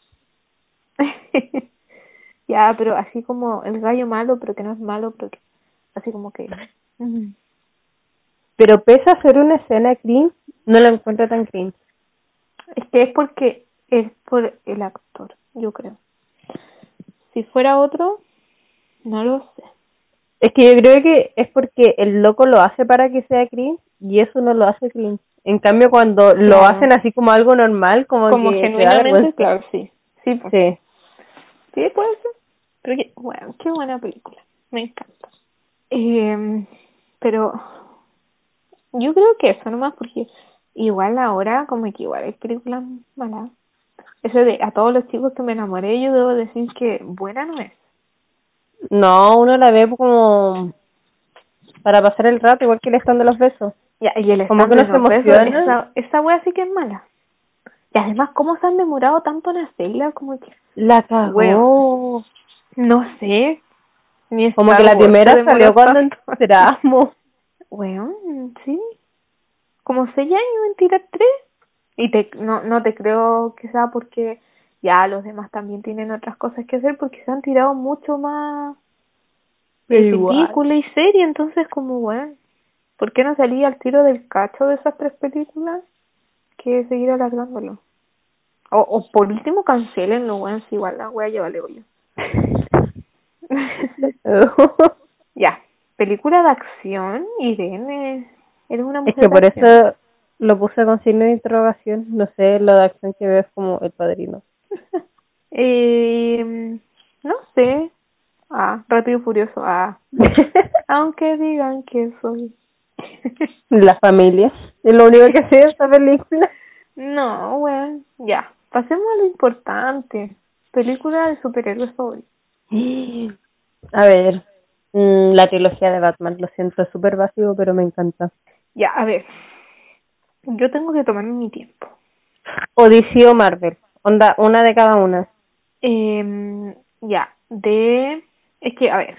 Ya, pero así como el gallo malo, pero que no es malo, pero que así como que... mm. Pero pese a ser una escena cringe, no la encuentro tan cringe. Es que es porque es por el actor, yo creo. Si fuera otro, no lo sé. Es que yo creo que es porque el loco lo hace para que sea cringe y eso no lo hace cringe. En cambio, cuando lo Claro. hacen así como algo normal, como, Como que te da genuinamente, vergüenza. claro, sí. Sí, pues. Sí. Sí, puede ser. Pero que, bueno, qué buena película. Me encanta. Eh, pero yo creo que eso nomás, porque igual ahora, como que igual hay películas malas. Eso de a todos los chicos que me enamoré, yo debo decir que buena no es. No, uno la ve como para pasar el rato, igual que el stand de los besos. Ya, y el Como stand que de uno se los besos, emociona. esa, esa wea sí que es mala. Y además, ¿cómo se han demorado tanto en hacerla? Como que, La weón, cagó. no sé. Ni Como que Star la Wars se primera demoró salió cuando tanto. entramos. Weón, sí. Como seis años en tirar tres. Y te, no, no te creo que sea porque ya los demás también tienen otras cosas que hacer, porque se han tirado mucho más Pero eh, igual. película y serie. Entonces, como, weón, ¿por qué no salía al tiro del cacho de esas tres películas que seguir alargándolo? O, o por último cancelenlo, weón, si igual la wea ya vale hoyo. Ya, película de acción, Irene, eres una Es mujer que de por acción. eso lo puse con signo de interrogación. No sé, lo de acción que ves como El Padrino. eh, no sé, ah, Rápido y Furioso, ah, aunque digan que soy. La familia. Es lo único que sé de esta película. No, weón, ya, pasemos a lo importante, película de superhéroes favorita. A ver, mm, la trilogía de Batman. Lo siento, es súper básico, pero me encanta. Ya, a ver, yo tengo que tomarme mi tiempo. O D C o Marvel. Onda, una de cada una. Eh, ya, de... Es que, a ver.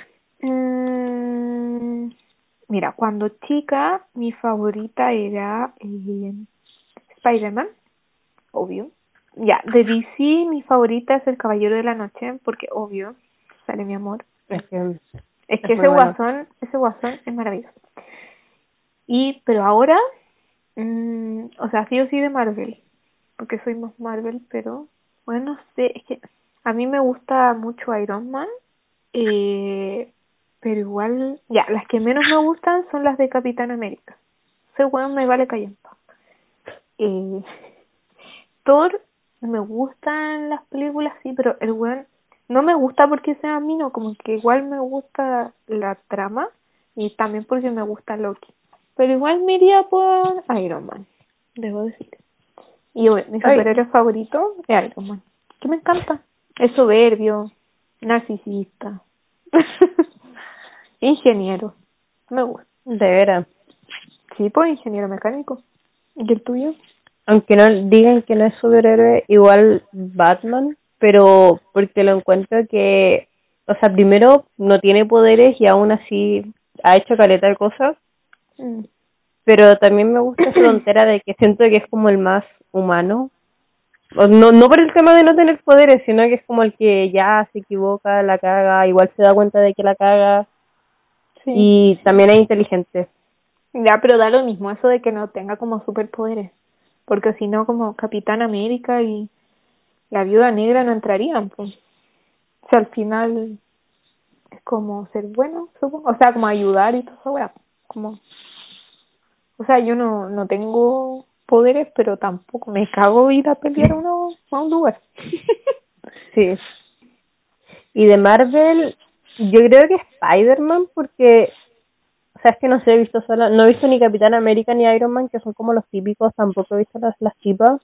mm, mira, cuando chica, mi favorita era eh, Spider-Man, obvio. Ya, de D C, mi favorita es El Caballero de la Noche, porque, obvio, sale mi amor. Es que Es es que muy ese bueno. guasón, ese guasón es maravilloso. Y, pero ahora, mm, o sea, sí o sí de Marvel, porque soy más Marvel, pero, bueno, no sé, es que a mí me gusta mucho Iron Man, eh, pero igual, ya, las que menos me gustan son las de Capitán América. Ese weón me vale callando. Eh, Thor, me gustan las películas, sí, pero el weón no me gusta porque sea mino, como que igual me gusta la trama y también porque me gusta Loki. Pero igual me iría por Iron Man, debo decir. Y bueno, mi Ay, superhéroe favorito es Iron Man, que me encanta. Es soberbio, narcisista, ingeniero. Me gusta. de veras. Sí, pues ingeniero mecánico. ¿Y el tuyo? Aunque no digan que no es superhéroe, igual Batman, pero porque lo encuentro que, o sea, primero no tiene poderes y aún así ha hecho caleta de cosas, Mm. pero también me gusta esa tontera de que siento que es como el más humano. O no, no por el tema de no tener poderes, sino que es como el que ya se equivoca, la caga, igual se da cuenta de que la caga Sí. y también es inteligente. Ya, pero da lo mismo eso de que no tenga como superpoderes. Porque si no, como Capitán América y la Viuda Negra no entrarían, pues. O sea, al final es como ser bueno, supongo. O sea, como ayudar y todo eso, weá. Como... O sea, yo no, no tengo poderes, pero tampoco me cago ir a pelear a, uno, a un lugar. Sí. Y de Marvel, yo creo que Spider-Man porque sea, es que no sé, he visto sola, no he visto ni Capitán América ni Iron Man, que son como los típicos, tampoco he visto las, las chipas,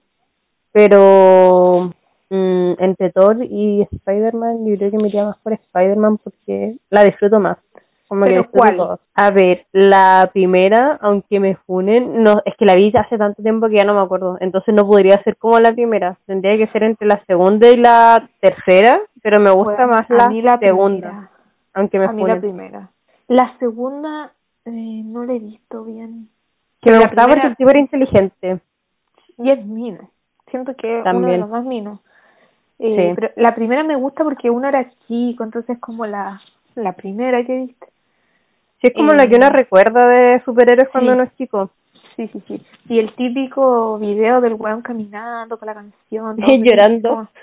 pero mm, entre Thor y Spider-Man, yo creo que me iría más por Spider-Man porque la disfruto más, como que ¿Pero disfruto cuál? todo. A ver, la primera, aunque me funen, no, es que la vi hace tanto tiempo que ya no me acuerdo, entonces no podría ser como la primera, tendría que ser entre la segunda y la tercera, pero me gusta Bueno, más a la mí la segunda, primera. aunque me A mí la funen. primera. La segunda eh, no la he visto bien. Que me Pero la gustaba porque el primera, tipo era inteligente. y es Mino. Siento que es uno de También, los más minos. Eh, sí. pero la primera me gusta porque uno era chico, entonces como la, la primera que viste. Sí, es como la que uno Eh, recuerda de superhéroes cuando sí, uno es chico. sí, sí, sí. Y el típico video del weón caminando con la canción, todo Y feliz. llorando. Como,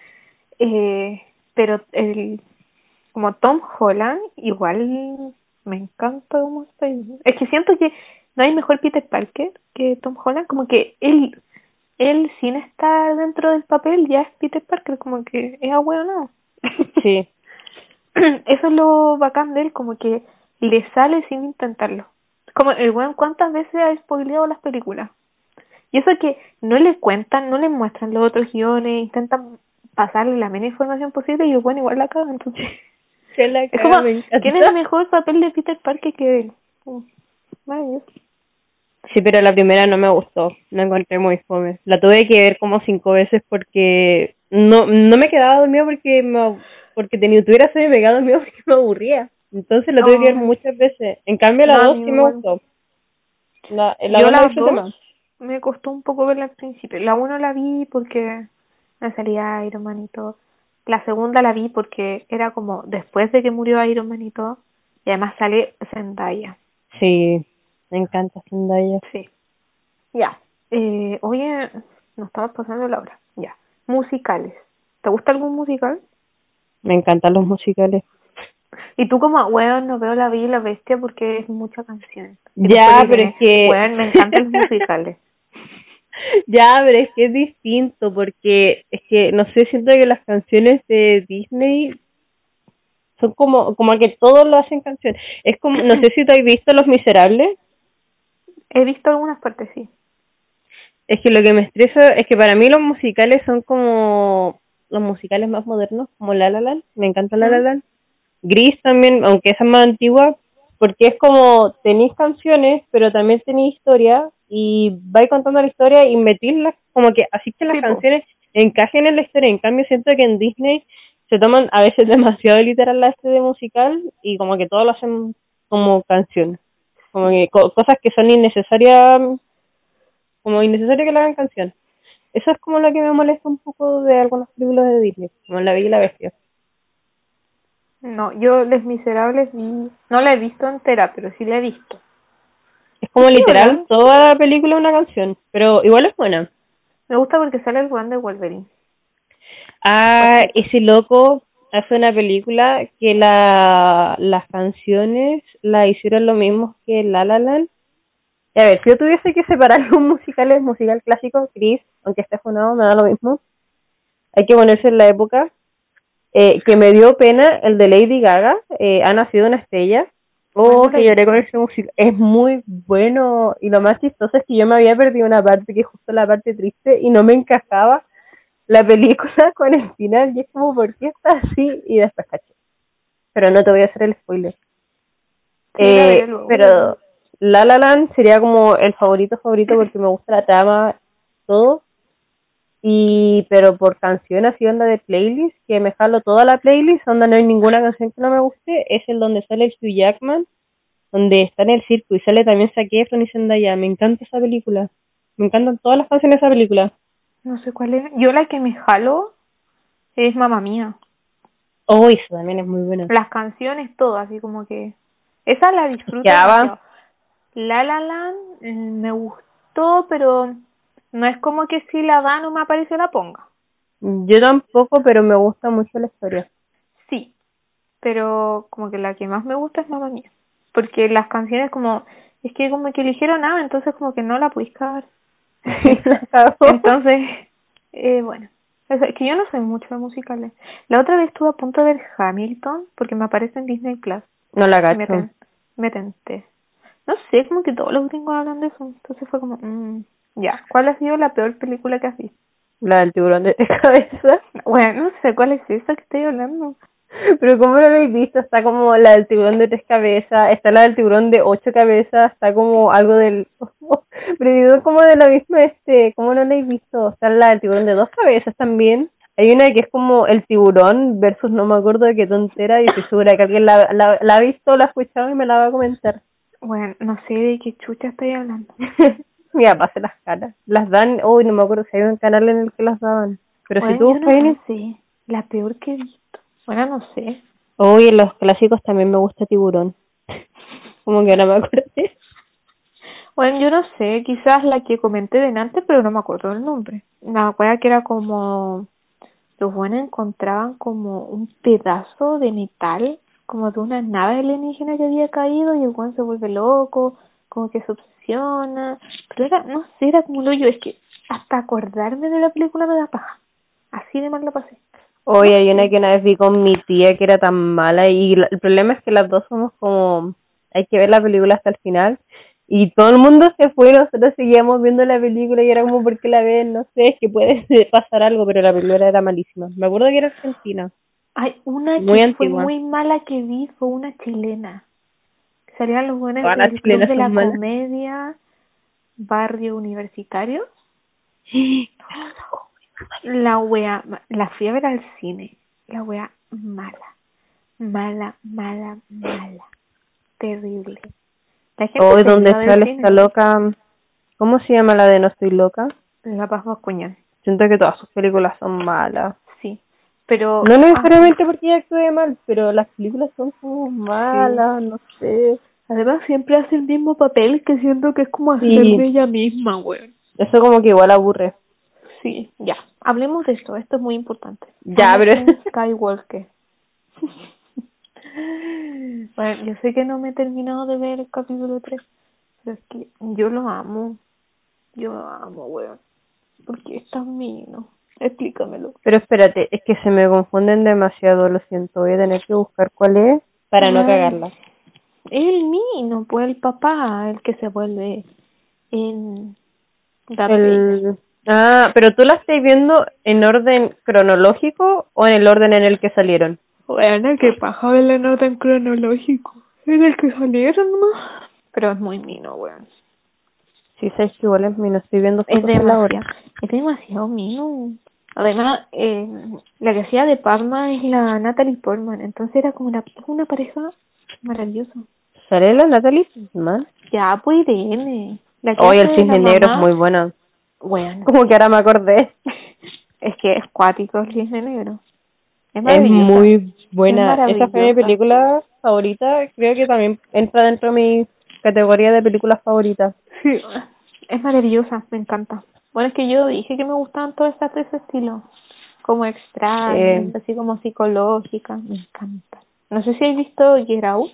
eh, pero el, como Tom Holland, igual me encanta cómo está. Es que siento que no hay mejor Peter Parker que Tom Holland, como que él, él sin estar dentro del papel ya es Peter Parker, como que es ahueonado. Sí. Eso es lo bacán de él, como que le sale sin intentarlo. Como el weón cuántas veces ha spoileado las películas. Y eso que no le cuentan, no le muestran los otros guiones, intentan pasarle la menos información posible y el weón igual la caga, entonces. Se la Es caga, como, me ¿quién es encanta. mejor papel de Peter Parker que él? Mm, maravilloso. Sí, pero la primera no me gustó. La encontré muy fome. La tuve que ver como cinco veces porque no no me quedaba dormida porque me, porque tenía, tuviera sueño y me quedaba dormida porque me aburría. Entonces la tuve que ver No, muchas veces. En cambio la no, a dos mí sí me igual. gustó. La, la Yo dos la las disfruté dos más. me costó un poco verla al principio. La uno la vi porque me salía Iron Man y todo. La segunda la vi porque era como después de que murió Iron Man y todo. Y además sale Zendaya. Sí, me encanta Zendaya. Sí. Ya. Eh, oye, nos estamos pasando la hora. Ya. Musicales. ¿Te gusta algún musical? Me encantan los musicales. Y tú como, weón, no veo La Bella y la Bestia porque es mucha canción. Y después Ya, pero es dije, que... weón, me encantan los musicales. ya, pero es que es distinto porque es que, no sé, siento que las canciones de Disney son como como que todos lo hacen canción. Es como, no sé si tú has visto Los Miserables. He visto algunas partes, sí. Es que lo que me estresa es que para mí los musicales son como los musicales más modernos, como La La Land. Me encanta La La ¿Mm? Land. Gris también, aunque esa es más antigua, porque es como tenéis canciones, pero también tenéis historia y vais contando la historia y metírlas como que así que las Sí, po. canciones encajen en la historia. En cambio, siento que en Disney se toman a veces demasiado literal la este de musical y como que todo lo hacen como canción. Como Sí. que co- cosas que son innecesarias, como innecesario que la hagan canción. Eso es como lo que me molesta un poco de algunas películas de Disney, como La Bella y la Bestia. No, yo Les Miserables vi, no la he visto entera, pero sí la he visto. Es Es como literal piola. toda la película una canción, pero igual es buena. Me gusta porque sale el weón de Wolverine. Ah, Guachito. ese loco hace una película que la las canciones la hicieron lo mismo que La La Land. Y a ver, si yo tuviese que separar un musical, es musical clásico, Chris, aunque esté funado, me da lo mismo. Hay que ponerse en la época. Eh, que me dio pena el de Lady Gaga, eh, Ha nacido una estrella. Ay, Oh, no la que he lloré con visto. ese musical. Es muy bueno. Y lo más chistoso es que yo me había perdido una parte, que es justo la parte triste, y no me encajaba la película con el final. Y es como, ¿por qué está así? Y después caché. Pero no te voy a hacer el spoiler. Sí, la veré Eh, luego. pero La La Land sería como el favorito favorito porque me gusta la trama, todo. Y pero por canción así onda de playlist, que me jalo toda la playlist, onda no hay ninguna canción que no me guste, es el donde sale el Hugh Jackman, donde está en el circo y sale también Zac Efron y Zendaya. Me encanta esa película. Me encantan todas las canciones de esa película. No sé cuál es. Yo la que me jalo es Mamma Mía. Oh, eso también es muy buena. Las canciones, todo, así como que... Esa la disfruto Ya va. demasiado. La La Land eh, me gustó, pero no es como que si la dan o me aparece la ponga. Yo tampoco, pero me gusta mucho la historia. Sí, pero como que la que más me gusta es Mamma Mía. Porque las canciones como... Es que como que eligieron nada, entonces como que no la podéis cagar. La cago. Entonces, eh, bueno. Es que yo no soy mucho de musicales. La otra vez estuve a punto de ver Hamilton porque me aparece en Disney Plus. No la Y me, cacho. ten, me tenté. No sé, como que todos los gringos hablan de eso. Entonces fue como, mm, ya. ¿Cuál ha sido la peor película que has visto? La del tiburón de tres cabezas. Bueno, no sé cuál es esa que estoy hablando. Pero ¿cómo no lo habéis visto? Está como la del tiburón de tres cabezas, está la del tiburón de ocho cabezas, está como algo del... Pero digo como de la misma, este, ¿cómo no la habéis visto? Está la del tiburón de dos cabezas también. Hay una que es como el tiburón versus no me acuerdo de qué tontera y estoy segura que alguien la, la, la ha visto, la ha escuchado y me la va a comentar. Bueno, no sé de qué chucha estoy hablando. Mira, pase las caras. Las dan, uy, no me acuerdo si hay un canal en el que las daban. Pero Bueno, si tú yo buscas en... no sé. La peor que he visto. Bueno, no sé. Uy, en los clásicos también me gusta tiburón. Como que ahora me acuerdo. Bueno, yo no sé. Quizás la que comenté delante, pero no me acuerdo del nombre. La wea que era como... Los buenos encontraban como un pedazo de metal, como de una nave alienígena que había caído y el buen se vuelve loco, como que se obsesiona. Pero era, no sé, era como un hoyo. Es que hasta acordarme de la película me da paja. Así de mal la pasé. Hoy No hay una sé. que una vez vi con mi tía que era tan mala y la- el problema es que las dos somos como, hay que ver la película hasta el final y todo el mundo se fue y nosotros seguíamos viendo la película y era como, ¿por qué la ven? No sé, es que puede pasar algo, pero la película era malísima. Me acuerdo que era argentina, Hay una muy que fue antigua. muy mala que vi, fue una chilena. Salían los buenos Todas las del Club chilenas de son la malas. Comedia, Barrio Universitario. La wea, la fui a ver al cine. La wea mala, mala, mala, mala, terrible. La gente Hoy se donde iba del sale esta cine. loca, ¿cómo se llama la de No estoy loca? La Paz Vascuñán, Siento que todas sus películas son malas. sí. Pero, No ah, necesariamente porque ella actúe mal, pero las películas son como sí. malas, no sé. Además siempre hace el mismo papel que siento que es como hacer Sí, de ella misma, weón. eso como que igual aburre. Sí, ya. Hablemos de esto, esto es muy importante. Ya, pero... Anakin Skywalker. Bueno, yo sé que no me he terminado de ver el capítulo tres, pero es que yo lo amo. Yo lo amo, weón. Porque es tan mino. Explícamelo. Pero espérate, es que se me confunden demasiado, lo siento. Voy a tener que buscar cuál es para no Weón, cagarla. el mino, pues el papá, el que se vuelve en Darth Vader. El... Ah, pero tú la estás viendo en orden cronológico o en el orden en el que salieron. Bueno, que paja ver en orden cronológico. En el que salieron más. Pero es muy mino, weón. Sí, sabes que igual es mi, no estoy viendo Es fotos de la hora. demasiado, es demasiado mino. Además, eh, la que hacía de Parma es la Natalie Portman, entonces era como una, una pareja maravillosa. ¿Sale la Natalie Portman? Ya, pues Irene, la que Hoy hace el de la cisne negro es mamá, muy buena. bueno, Como que ahora me acordé. es que es cuático el cisne negro. Es Es maravillosa, muy es buena. Esa fue mi maravillosa. película favorita. Creo que también entra dentro de mi categoría de películas favoritas. Sí, es maravillosa, me encanta. Bueno, es que yo dije que me gustaban todas estas de ese estilo, como extrañas, Eh, así como psicológicas, me encanta. No sé si has visto Get Out.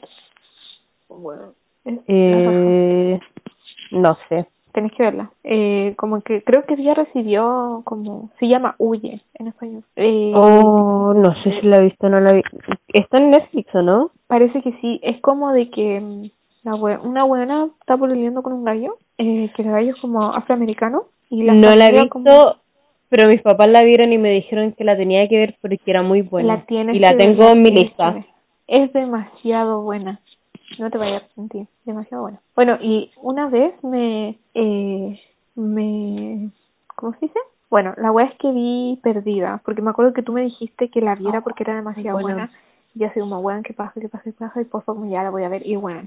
Bueno, es la raja. eh, no sé. Tenés que verla. Eh, como que creo que ya recibió como, se llama Huye en español. Eh, Oh, no sé si la he visto o no la vi. Está en Netflix o no. parece que sí, es como de que mm, la bue- una buena está pololeando con un gallo, eh, que el gallo es como afroamericano y la No la he familia como visto, pero mis papás la vieron y me dijeron que la tenía que ver porque era muy la buena. Y tienes la que ver, tengo la en mi tienes que lista. ver. Es demasiado buena. No te vayas a arrepentir, demasiado buena. Bueno, y una vez me, eh, me, ¿cómo se dice? Bueno, la wea es que vi Perdida, porque me acuerdo que tú me dijiste que la viera porque era demasiado Bueno, buena. Y yo así como, weón, ¿qué pasa, qué pasa, qué pasa? Y pues fue como, ya la voy a ver. Y bueno,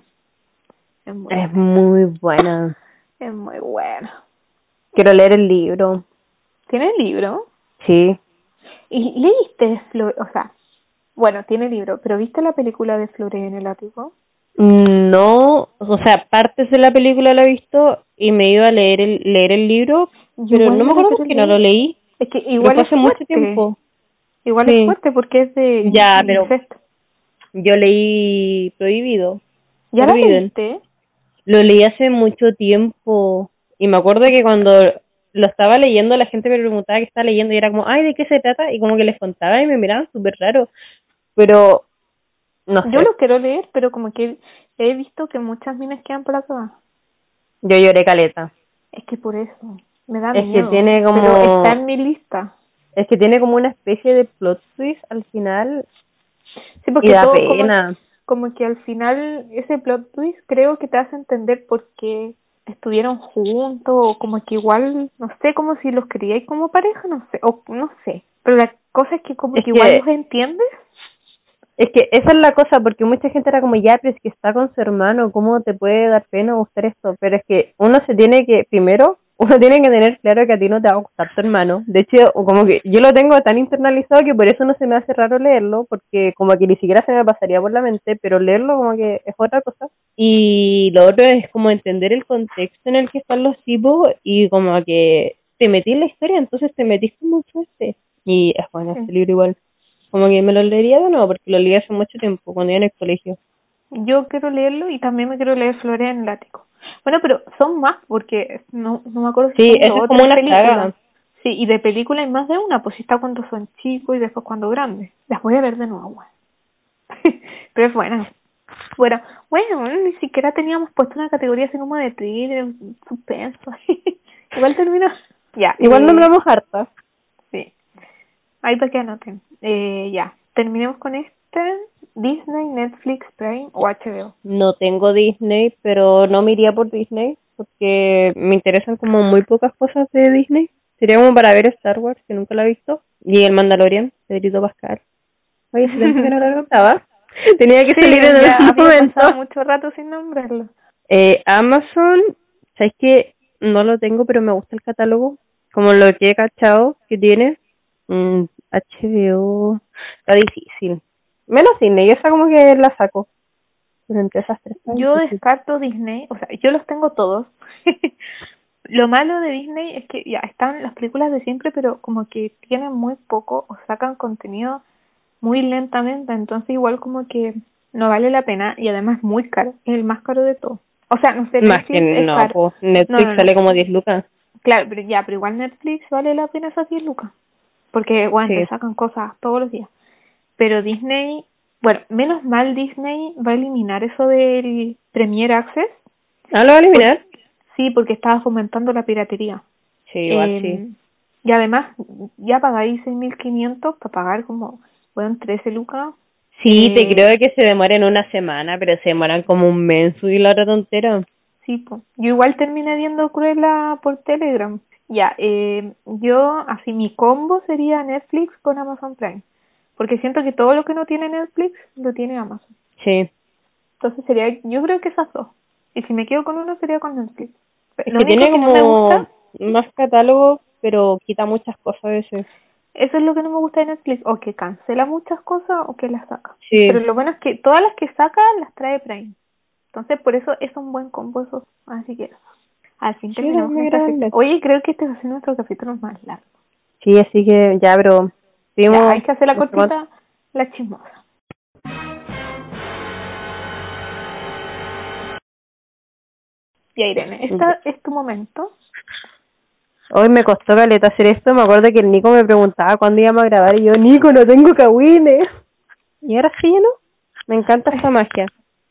es muy es buena, muy buena. es muy buena. Quiero leer el libro. ¿Tiene libro? Sí. ¿Y leíste Flor? O sea, bueno, tiene libro, pero ¿viste la película de Flores en el ático? No, o sea, partes de la película la he visto y me iba a leer el, leer el libro, Yo pero igual no me me lo acuerdo por quiero qué no lo leer. leí, Es que pero igual fue es hace mucho fuerte. tiempo. Igual es Sí, fuerte porque es de ya, pero incesto. yo leí Prohibido, ¿Ya la Forbidden. leíste? Lo leí hace mucho tiempo y me acuerdo que cuando lo estaba leyendo la gente me preguntaba qué estaba leyendo y era como, ay, ¿de qué se trata? Y como que les contaba y me miraban súper raro, pero no Yo sé. lo quiero leer, pero como que he visto que muchas minas quedan por acá. Yo lloré caleta. Es que por eso, me da Es miedo. que tiene como... Pero está en mi lista. Es que tiene como una especie de plot twist al final. Sí, porque y da todo pena. como, como que al final ese plot twist creo que te hace entender por qué estuvieron juntos, o como que igual, no sé, como si los queríais como pareja, no sé, o no sé. Pero la cosa es que como Es que igual que, los entiendes. es que esa es la cosa, porque mucha gente era como, ya, pero es que está con su hermano, ¿cómo te puede dar pena gustar esto? Pero es que uno se tiene que, primero, uno tiene que tener claro que a ti no te va a gustar tu hermano. De hecho, como que yo lo tengo tan internalizado que por eso no se me hace raro leerlo, porque como que ni siquiera se me pasaría por la mente, pero leerlo como que es otra cosa. Y lo otro es como entender el contexto en el que están los tipos y como que te metí en la historia, entonces te metís como fuerte. Y es bueno, Sí. este libro igual. Como que me lo leería de nuevo, porque lo leí hace mucho tiempo, cuando iba en el colegio. Yo quiero leerlo y también me quiero leer Flores en el ático. Bueno, pero son más, porque no, no me acuerdo si Sí, son eso dos es o como tres una películas. saga. Sí, y de película hay más de una, pues sí está cuando son chicos y después cuando grandes. Las voy a ver de nuevo, güey. Pero es buena. Bueno, bueno, ni siquiera teníamos puesto una categoría así como de thriller, suspenso. Igual terminó. Ya, Igual eh, nombramos hartas. sí. Ahí para que anoten. Eh, ya, terminemos con este. Disney, Netflix, Prime o H B O. No tengo Disney, pero no me iría por Disney, porque me interesan como muy pocas cosas de Disney. Sería como para ver Star Wars, que nunca la he visto. Y el Mandalorian, Pedrito Pascal. Oye, hace tiempo que no lo contaba. Tenía que Sí, salir en ya algún había momento. pasado mucho rato sin nombrarlo. Eh, Amazon, sabes que no lo tengo, pero me gusta el catálogo. Como lo que he cachado que tiene. Mm, H B O, está difícil. Menos Disney, esa como que la saco. Pero entre esas tres está Yo difícil. descarto Disney, o sea, yo los tengo todos. Lo malo de Disney es que ya están las películas de siempre, pero como que tienen muy poco o sacan contenido muy lentamente, entonces igual como que no vale la pena y además es muy caro, es el más caro de todo. O sea, no sé, Más que Netflix es no, caro. pues No, Netflix no, no. sale como diez lucas. Claro, pero ya, pero igual Netflix vale la pena esas diez lucas. Porque, bueno, te Sí. sacan cosas todos los días. Pero Disney, bueno, menos mal Disney va a eliminar eso del Premier Access. ¿Ah, lo va a Por, eliminar? sí, porque estaba fomentando la piratería. Sí, igual sí. Eh, y además, ya pagáis seis mil quinientos para pagar como, bueno, trece lucas. Sí, te Eh, creo que se demoran una semana, pero se demoran como un mes y la otra tontera. sí, pues. Yo igual terminé viendo Cruella por Telegram. Ya, eh, yo, así mi combo sería Netflix con Amazon Prime. Porque siento que todo lo que no tiene Netflix lo tiene Amazon. Sí. Entonces sería, yo creo que esas dos. Y si me quedo con uno sería con Netflix. Es Lo que único tiene que no me como gusta, más catálogo, pero quita muchas cosas a veces. eso es lo que no me gusta de Netflix, o que cancela muchas cosas o que las saca. Pero Sí. lo bueno es que todas las que saca las trae Prime. Entonces por eso es un buen combo eso. Así que al fin Sí, terminamos también nuestra sección. grande. Oye, creo que este va a ser nuestro capítulo más largo. Sí, así que ya, pero Ya, vimos hay que hacer la no sé cuánto. cortita, la chismosa. Ya, Irene, esta es tu momento. Hoy me costó caleta hacer esto, me acuerdo que el Nico me preguntaba cuándo íbamos a grabar y yo, Nico, no tengo cagüines. Y ahora sí, ¿no? Me encanta esta magia.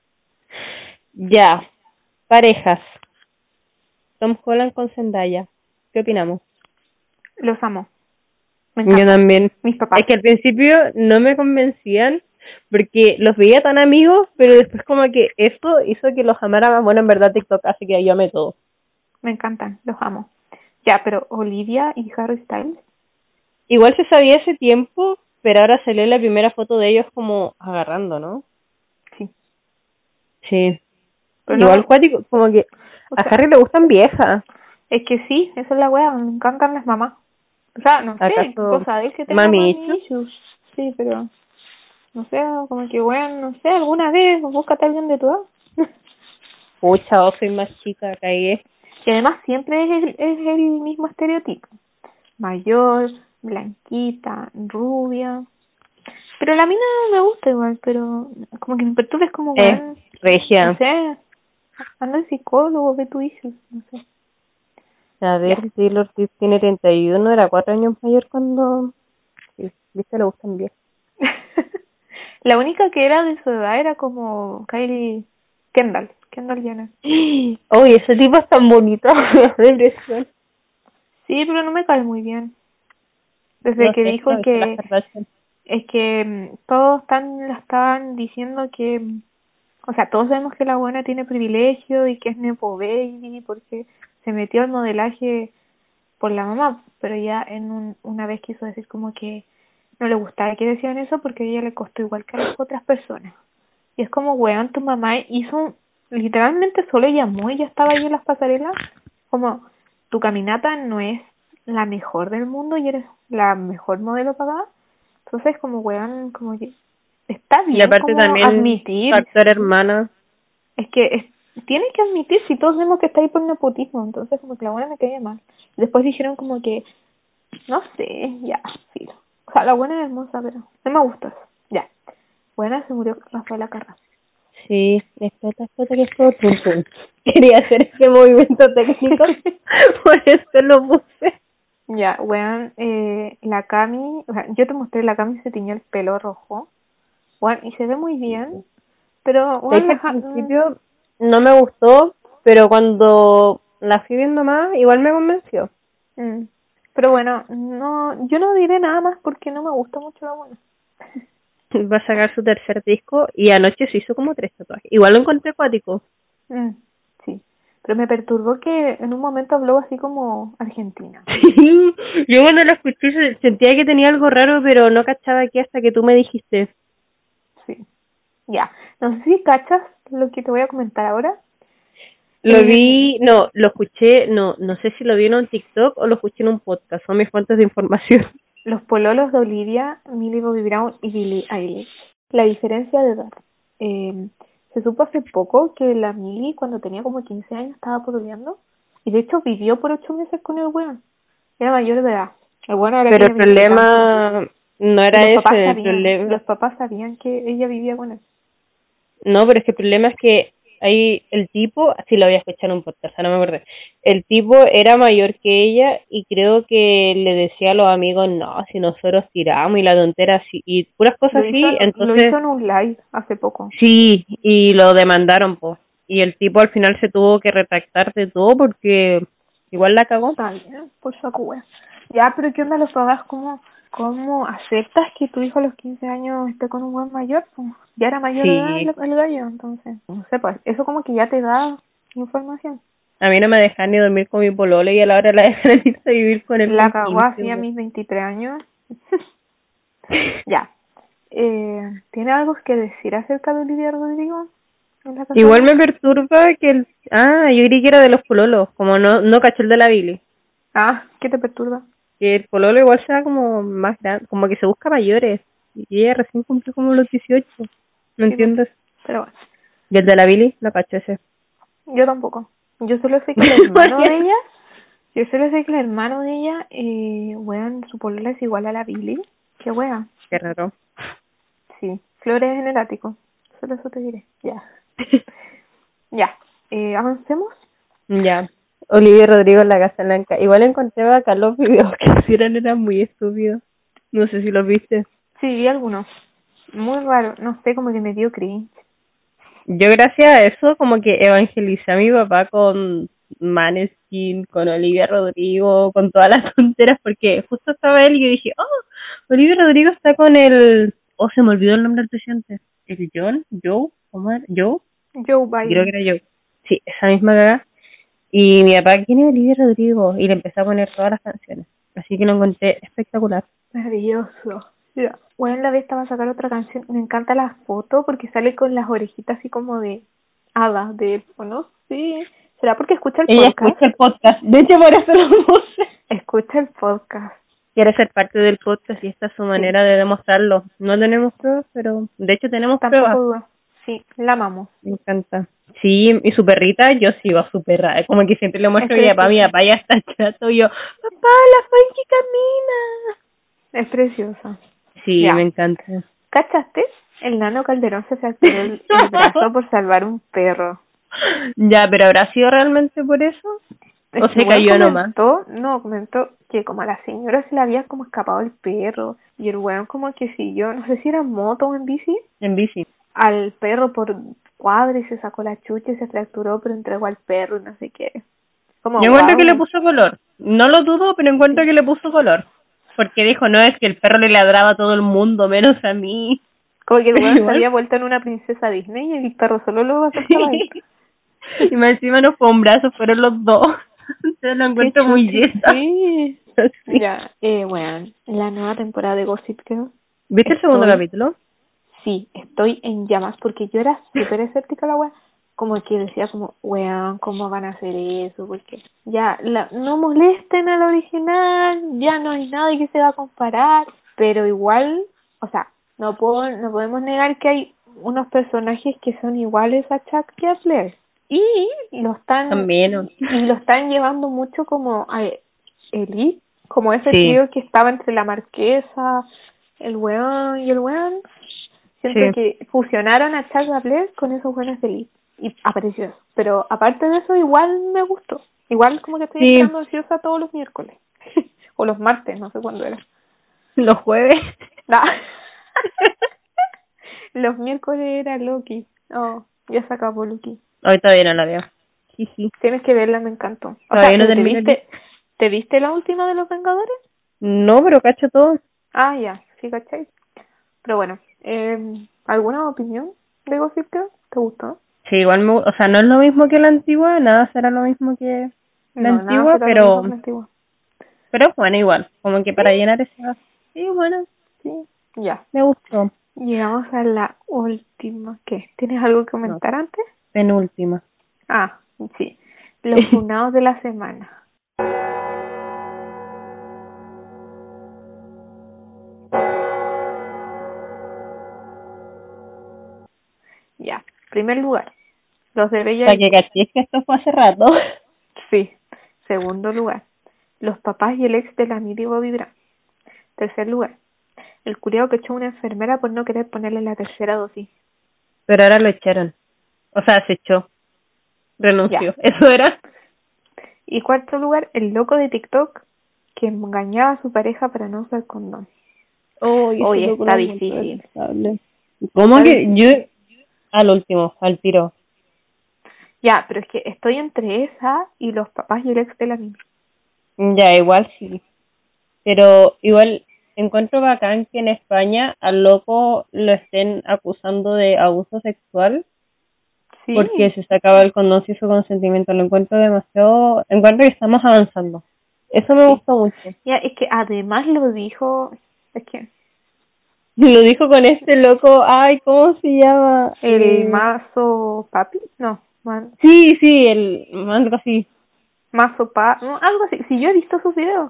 Ya, parejas. Tom Holland con Zendaya. ¿Qué opinamos? Los amo. Me Yo encantan. también. Mis Es papás. que al principio no me convencían porque los veía tan amigos, pero después como que eso hizo que los amara más. Bueno, en verdad TikTok hace que yo amé todo. Me encantan. Los amo. Ya, pero Olivia y Harry Styles. Igual se sabía ese tiempo, pero ahora salió la primera foto de ellos como agarrando, ¿no? Sí. Sí. Pero Igual no, cuático, como que o a sea, Harry le gustan viejas. es que sí, esa es la wea, me encantan las mamás. O sea, no sé, qué ¿Acaso cosa de él que tenga mami mami issues? issues. Sí, pero, no sé, como que bueno, no sé, alguna vez búscate a alguien de tu edad. Pucha, oh, soy más chica, cagué. Y además siempre es el, es el mismo estereotipo. Mayor, blanquita, rubia. Pero la mina me gusta igual, pero como que me perturba, es como, Eh, weón, no regia. sé, anda el psicólogo, ve tu hijo, no sé. A Ya. ver, Taylor Swift tiene treinta y uno, era cuatro años mayor cuando... Sí, viste, le gustan bien. La única que era de su edad era como Kylie Kendall, Kendall Jenner. Oye, ese tipo es tan bonito, me da depresión. Sí, pero no me cae muy bien. Desde No que sé, dijo no, que las Kardashian. es que mm, todos están, la estaban diciendo que, mm, o sea, todos sabemos que la buena tiene privilegio y que es nepo baby porque se metió al modelaje por la mamá, pero ya en un, una vez quiso decir como que no le gustaba que decían eso porque a ella le costó igual que a las otras personas. Y es como, weón, tu mamá hizo, un- literalmente solo llamó y ya estaba ahí en las pasarelas. Como, tu caminata no es la mejor del mundo y eres la mejor modelo pagada. Entonces, como, weón, como que está Y bien aparte como también admitir. factor hermana. Es que es, tienes que admitir si todos vemos que está ahí por nepotismo. Entonces, como que la buena me caía mal. Después dijeron como que, no sé, ya, sí. O sea, la buena es hermosa, pero no me gusta eso. Ya. Buena se murió Rafaela Carrà. Sí, espera, espera que esto tum, tum. Quería hacer ese movimiento técnico, por eso lo puse. Ya, weón, eh, la Cami, o sea, yo te mostré, la Cami se tiñó el pelo rojo, weón, y se ve muy bien, pero, De weón, hecho, la al ja- mm, principio no me gustó, pero cuando la fui viendo más, igual me convenció. mm, pero bueno, no, yo no diré nada más porque no me gusta mucho la buena. Va a sacar su tercer disco y anoche se hizo como tres tatuajes. Igual lo encontré acuático. Mm, sí, pero me perturbó que en un momento habló así como argentina. Sí, yo cuando lo escuché se- sentía que tenía algo raro, pero no cachaba qué hasta que tú me dijiste. Sí, ya, no sé si cachas lo que te voy a comentar ahora. Lo Eh, vi, no, lo escuché, no, no sé si lo vi en un TikTok o lo escuché en un podcast, son mis fuentes de información. los pololos de Olivia, Millie Bobby Brown y Billie Eilish. La diferencia de edad. Eh, se supo hace poco que la Millie, cuando tenía como quince años, estaba pololeando. Y de hecho vivió por ocho meses con el weón. Era mayor de edad. El weón ahora Pero tiene el veinte y tantos. problema no Y era los papás ese, el sabían. problema, Los papás sabían que ella vivía con él. no, pero es que el problema es que ahí el tipo, sí lo había escuchado en un podcast, no me acuerdo, el tipo era mayor que ella y creo que le decía a los amigos, no, si nosotros tiramos y la tontera así, y puras Lo cosas hizo, así, en, lo hizo entonces en un live hace poco. sí, y lo demandaron, pues. Y el tipo al final se tuvo que retractar de todo porque igual la cagó. Está bien, por saco wea. Ya, pero ¿qué onda los papás? ¿Cómo, cómo aceptas que tu hijo a los quince años esté con un buen mayor? Pues ya era mayor de edad Sí, el, el gallo, entonces, no sé, pues eso como que ya te da información. a mí no me dejan ni dormir con mi pololo y a la hora la dejan irse a vivir con él La con cagó quince. así a mis veintitrés años. Ya. Eh, ¿Tiene algo que decir acerca de Olivia Rodrigo en la Igual cazuela? me perturba que el... Ah, yo creí que era de los pololos, como no no caché el de la Billy. Ah, ¿qué te perturba? Que el pololo igual sea como más grande, como que se busca mayores. Y ella recién cumplió como los dieciocho. ¿No Sí, pues, entiendes? pero bueno, Y el de la Billy, no caché ese. yo tampoco. Yo solo sé que el hermano de ella, yo solo sé que el hermano de ella, eh, weón, su polola es igual a la Billy. Qué wea. Qué raro. Sí, Flores en el ático. Solo eso te diré. Ya. Ya. Eh, ¿avancemos? Ya. Olivia Rodrigo en la Casa Blanca. Igual encontré acá los videos que hicieron, eran muy estúpidos. No sé si los viste. Sí, vi algunos. Muy raro. No sé, como que me dio cringe. Yo gracias a eso como que evangelicé a mi papá con Maneskin, con Olivia Rodrigo, con todas las tonteras, porque justo estaba él y yo dije, oh, Olivia Rodrigo está con el... Oh, se me olvidó el nombre del presidente. ¿El John? ¿Joe? ¿Omar? ¿Joe? Joe Creo que Biden. era Joe. Sí, esa misma cagada. Y mi papá, ¿quién es Olivia Rodrigo? Y le empecé a poner todas las canciones. Así que lo encontré espectacular. Maravilloso. Ya. Bueno, la vez estaba a sacar otra canción. Me encanta la foto porque sale con las orejitas así como de hada, de elfo, ¿no? Sí. ¿Será porque escucha el Ella podcast? escucha el podcast. De hecho, por eso lo puse. Escucha el podcast. Quiere ser parte del podcast y esta es su Sí. manera de demostrarlo. No tenemos pruebas, pero de hecho tenemos Tampoco pruebas. dudo. Sí, la amamos. Me encanta. Sí, y su perrita, yo sigo a su perra. Como que siempre le muestro a Es mi papá, mi preciosa. papá ya está chato. Y yo, papá, la Funky camina. Es preciosa. Sí, me Ya. encanta. ¿Cachaste? El Nano Calderón se fracturó el, el brazo por salvar un perro. Ya, pero ¿habrá sido realmente por eso? Es ¿O que se el weón cayó nomás? comentó, no, comentó que como a la señora se le había como escapado el perro y el weón como que siguió, no sé si era en moto o en bici, En bici. al perro por cuadro y se sacó la chucha y se fracturó, pero entregó al perro y no sé qué. Como, Yo encuentro wow. que le puso color. No lo dudo, pero encuentro que le puso color. Porque dijo, no, es que el perro le ladraba a todo el mundo, menos a mí. Como que el Pero weón se igual, había vuelto en una princesa Disney y el perro solo lo aceptaba a él. y más encima no fue un brazo, fueron los dos. Entonces lo Qué encuentro muy chucha, yesa. sí. Sí. Ya, eh, bueno, la nueva temporada de Gossip Girl. ¿Viste el segundo Estoy, capítulo? sí, estoy en llamas porque yo era súper escéptica la wea. Como que decía como, weón, ¿cómo van a hacer eso? Porque ya, la, no molesten al original, ya no hay nada que se va a comparar. Pero igual, o sea, no puedo, no podemos negar que hay unos personajes que son iguales a Chuck y a Flair. Y lo están, También. y lo están llevando mucho como a Elite, como ese Sí. trío que estaba entre la marquesa, el weón y el weón. Siento Sí. que fusionaron a Chuck Blair con esos buenos de Elite y apareció eso. Pero aparte de eso, igual me gustó. Igual como que estoy Sí. esperando ansiosa todos los miércoles. O los martes, no sé cuándo era. Los jueves. Nah. Los miércoles era Loki. Oh, ya se acabó Loki. Hoy todavía no la veo. Sí, sí. Tienes que verla, me encantó. O Todavía sea, no ¿te termino el- viste, ¿te viste la última de los Vengadores? No, pero cacho todo. Ah, ya, sí, ¿cachai? Pero bueno, eh, ¿alguna opinión de Gossip Girl? ¿Te gustó? Sí, igual me, o sea, no es lo mismo que la antigua, nada será lo mismo que la No, nada antigua, será lo pero mismo que la antigua. pero bueno, igual, como que para Sí, llenar ese vacío. Sí, bueno, sí, ya. me gustó. Llegamos a la última. ¿Qué? ¿Tienes algo que No, comentar antes? penúltima. Ah, sí. Los funados de la semana. Ya. Primer lugar, los de Bella Para y que caché que esto fue hace rato. sí. Segundo lugar, los papás y el ex de la Millie Bobby Brown. Tercer lugar, el culiao que echó a una enfermera por no querer ponerle la tercera dosis. Pero ahora lo echaron. O sea, se echó. Renunció. Ya. Eso era. Y cuarto lugar, el loco de TikTok que engañaba a su pareja para no usar condón. Oh, y ese Hoy loco está lo encontré difícil. detestable. ¿Cómo Está que difícil. yo al último, al tiro? Ya, pero es que estoy entre esa y los papás y el ex de la Mimi. Ya, igual sí. Pero igual encuentro bacán que en España al loco lo estén acusando de abuso sexual porque Sí. se sacaba el condón sin su consentimiento. Lo encuentro demasiado... Encuentro que estamos avanzando. Eso me Sí. gustó mucho. Ya, es que además lo dijo, es que Lo dijo con este loco, ay, ¿cómo se llama? el Eh, mazo papi, no, man, sí, sí, el algo así. mazo pa, no, algo así. Si yo he visto sus videos.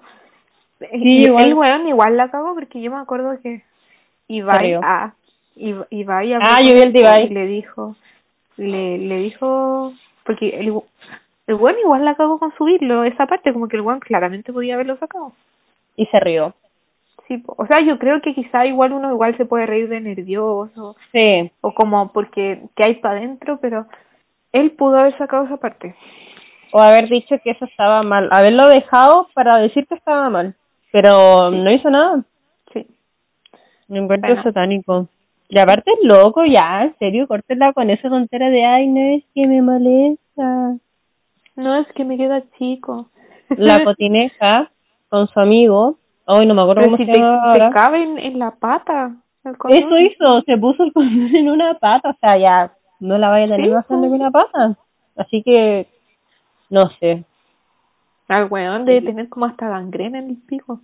Sí, Y el igual weón igual la cagó porque yo me acuerdo que se Ibai, rió. ah, Iba- Ibai habló Ah, con yo vi él el de po, y Ibai. le dijo, le, le dijo, porque el, el weón igual la cagó con subirlo, esa parte, como que el weón claramente podía haberlo sacado. Y se rió. Sí, po. O sea, yo creo que quizá igual uno igual se puede reír de nervioso Sí. o como porque qué hay para adentro, pero él pudo haber sacado esa parte. O haber dicho que eso estaba mal. Haberlo dejado para decir que estaba mal. Pero Sí, no hizo nada. sí. Me encuentro Bueno, satánico. Y aparte es loco, ya, en serio, córtela con esa tontera de, ay, no es que me molesta. no es que me queda chico. La cotineja con su amigo, hoy no me acuerdo Pero cómo si se te, llama te ahora. cabe en, en la pata el Eso condón. hizo, se puso el condón en una pata, o sea, ya no la vaya a tener Sí, más grande pues. que una pata. Así que, no sé. Al weón debe Sí. tener como hasta gangrena en el pico.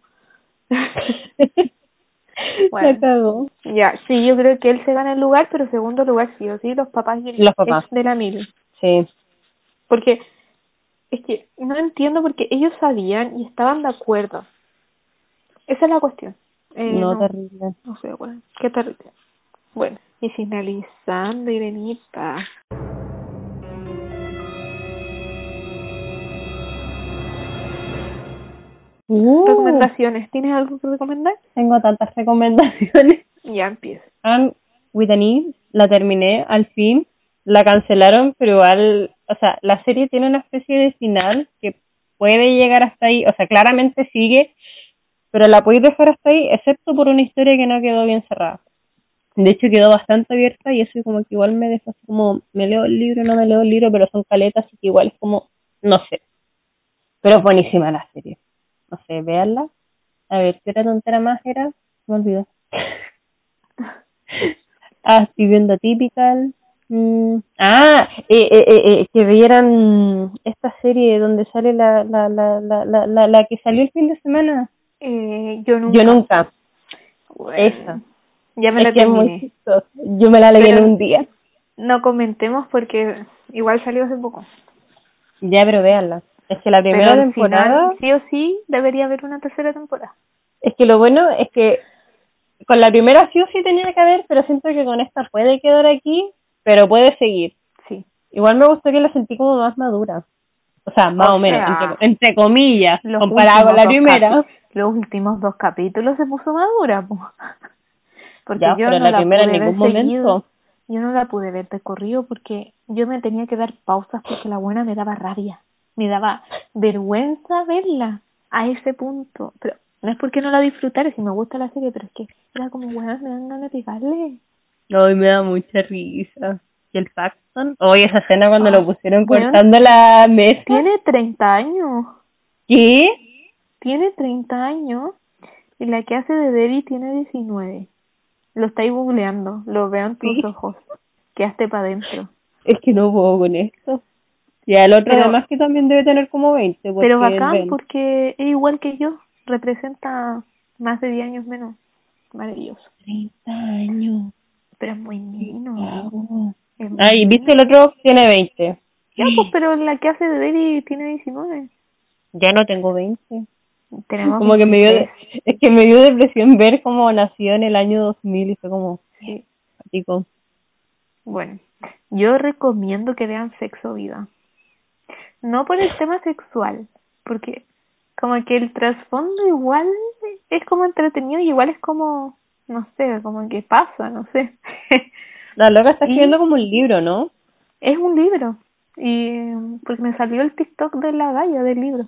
La Bueno, cagó. ya, sí, yo creo que él se gana el lugar, pero segundo lugar sí o sí, los papás y el Los ex papás, de la Mili. sí. Porque es que no entiendo porque ellos sabían y estaban de acuerdo. Esa es la cuestión. Eh, No, no, terrible. no sé, bueno, qué terrible. Bueno, y finalizando, Irenita. Uh, Recomendaciones, ¿tienes algo que recomendar? tengo tantas recomendaciones. Ya empiezo. Anne with an E, la terminé al fin, la cancelaron, pero igual, o sea, la serie tiene una especie de final que puede llegar hasta ahí, o sea, claramente sigue, pero la podéis dejar hasta ahí, excepto por una historia que no quedó bien cerrada. De hecho quedó bastante abierta y eso como que igual me dejó así como, me leo el libro, no me leo el libro, pero son caletas, así que igual es como, no sé. Pero es buenísima la serie. No sé, véanla. A ver, ¿qué otra tontera más era? Me olvidó. Ah, estoy viendo Typical. Mm. Ah, eh, eh, eh, eh, que vieran esta serie donde sale la, la, la, la, la, la, la que salió el fin de semana. Eh, yo Yo nunca. nunca. Bueno, Esa. ya me Es la que es muy terminé. chistosa. Yo me la leí Pero en un día. no comentemos porque igual salió hace poco. Ya, pero véanla. Es que la Pero primera al final, temporada, sí o sí, debería haber una tercera temporada. es que lo bueno es que con la primera sí o sí tenía que haber, pero siento que con esta puede quedar aquí, pero puede seguir. Sí. Igual me gustó que la sentí como más madura. O sea, más O o menos, entre, sea, entre comillas, los comparado con últimos la dos capi primera. los últimos dos capítulos se puso madura, po. Porque Ya, yo pero en no la la primera en pude ningún ver seguido. momento. Yo no la pude ver de corrido porque yo me tenía que dar pausas porque la buena me daba rabia. Me daba vergüenza verla a ese punto. Pero no es porque no la disfrutara, si me gusta la serie, pero es que era como, buena, me dan ganas de pegarle. Hoy me da mucha risa. ¿Y el Paxton? Hoy esa escena cuando Ay, lo pusieron weón, cortando la mesa. tiene treinta años. ¿Qué? Tiene treinta años y la que hace de Debbie tiene diecinueve. Lo estáis googleando, lo veo en tus Sí. ojos. Quedaste para adentro. Es que no puedo con esto. Y al otro Pero, además que también debe tener como veinte, pero porque es bacán Ben. porque es igual que yo. Representa más de diez años menos. Maravilloso. treinta años. Pero es muy niño. Wow. Es muy Ah, y viste niño. el otro tiene veinte. Ya, pues, pero la que hace de Debbie tiene diecinueve. Ya no tengo veinte. Tenemos Como que me dio, veintitrés. de- es que me dio depresión ver cómo nació en el año dos mil y fue como, Sí. chico. Bueno, yo recomiendo que vean Sexo Vida. No por el tema sexual, porque como que el trasfondo igual es como entretenido y igual es como, no sé, como que pasa, no sé. La loca está Y escribiendo como un libro, ¿no? es un libro, y pues me salió el TikTok de la galla del libro.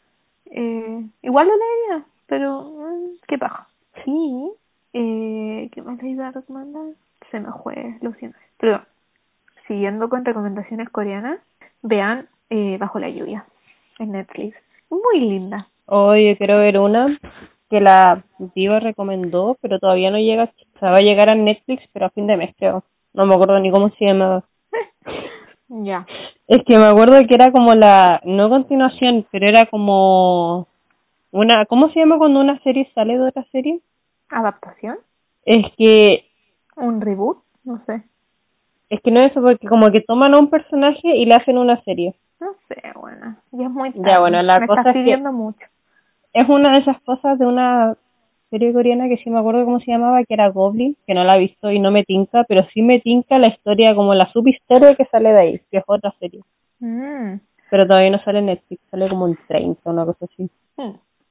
Eh, igual lo leería, pero mm, qué paja. Sí, eh, ¿qué más le iba a recomendar? Se me fue, lo siento. Pero siguiendo con recomendaciones coreanas, vean eh, Bajo la lluvia en Netflix. Muy linda. Oye, quiero ver una que la diva recomendó, pero todavía no llega, o sea, va a llegar a Netflix, pero a fin de mes creo. No me acuerdo ni cómo se llamaba. Ya. Es que me acuerdo que era como la, no continuación, pero era como una, ¿cómo se llama cuando una serie sale de otra serie? ¿Adaptación? Es que, ¿Un reboot? No sé. es que no es eso, porque como que toman a un personaje y le hacen una serie. No sé, bueno. Ya es muy Ya, bueno, tarde. la Me cosa estás es que pidiendo mucho. es una de esas cosas de una serie coreana que sí me acuerdo cómo se llamaba, que era Goblin, que no la he visto y no me tinca, pero sí me tinca la historia, como la subhistoria que sale de ahí, que es otra serie. Mm. Pero todavía no sale en Netflix, sale como en treinta, una cosa así. Mm.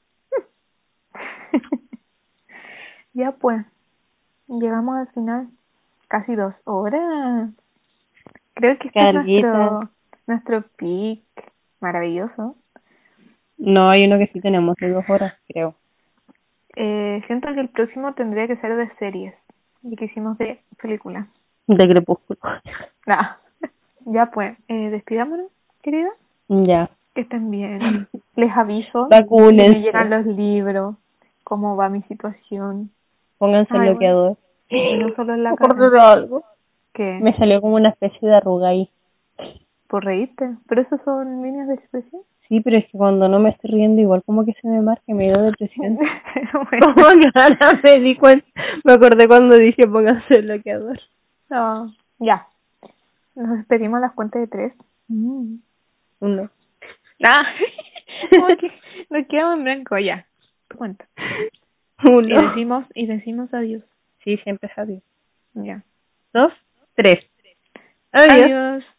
Ya pues, llegamos al final. Casi dos horas. Creo que este es Carguita. nuestro nuestro pick maravilloso. No, hay uno que sí tenemos de dos horas, creo. Eh, siento que el próximo tendría que ser de series. Y que hicimos de películas. De Crepúsculo. Nah. Ya pues, eh, despidámonos, querida. Ya. Que estén bien. Les aviso si me llegan Vacúnense. los libros, cómo va mi situación. Pónganse el Ay, bueno. bloqueador. Y no solo en Me la acordé cara. de algo. Que Me salió como una especie de arruga ahí. por reírte. Pero eso son líneas de expresión. Sí, pero es que cuando no me estoy riendo, igual como que se me marca, me dio depresión. Pero Como bueno. que ahora me di cuenta, me acordé cuando dije pónganse el bloqueador. No, ya. Nos despedimos a las cuentas de tres. Mm. Uno. Ah, como que nos quedamos en blanco ya. Cuenta. Uno. Y decimos, y decimos adiós. Sí, siempre es adiós. Ya. Dos, tres. Adiós. Adiós.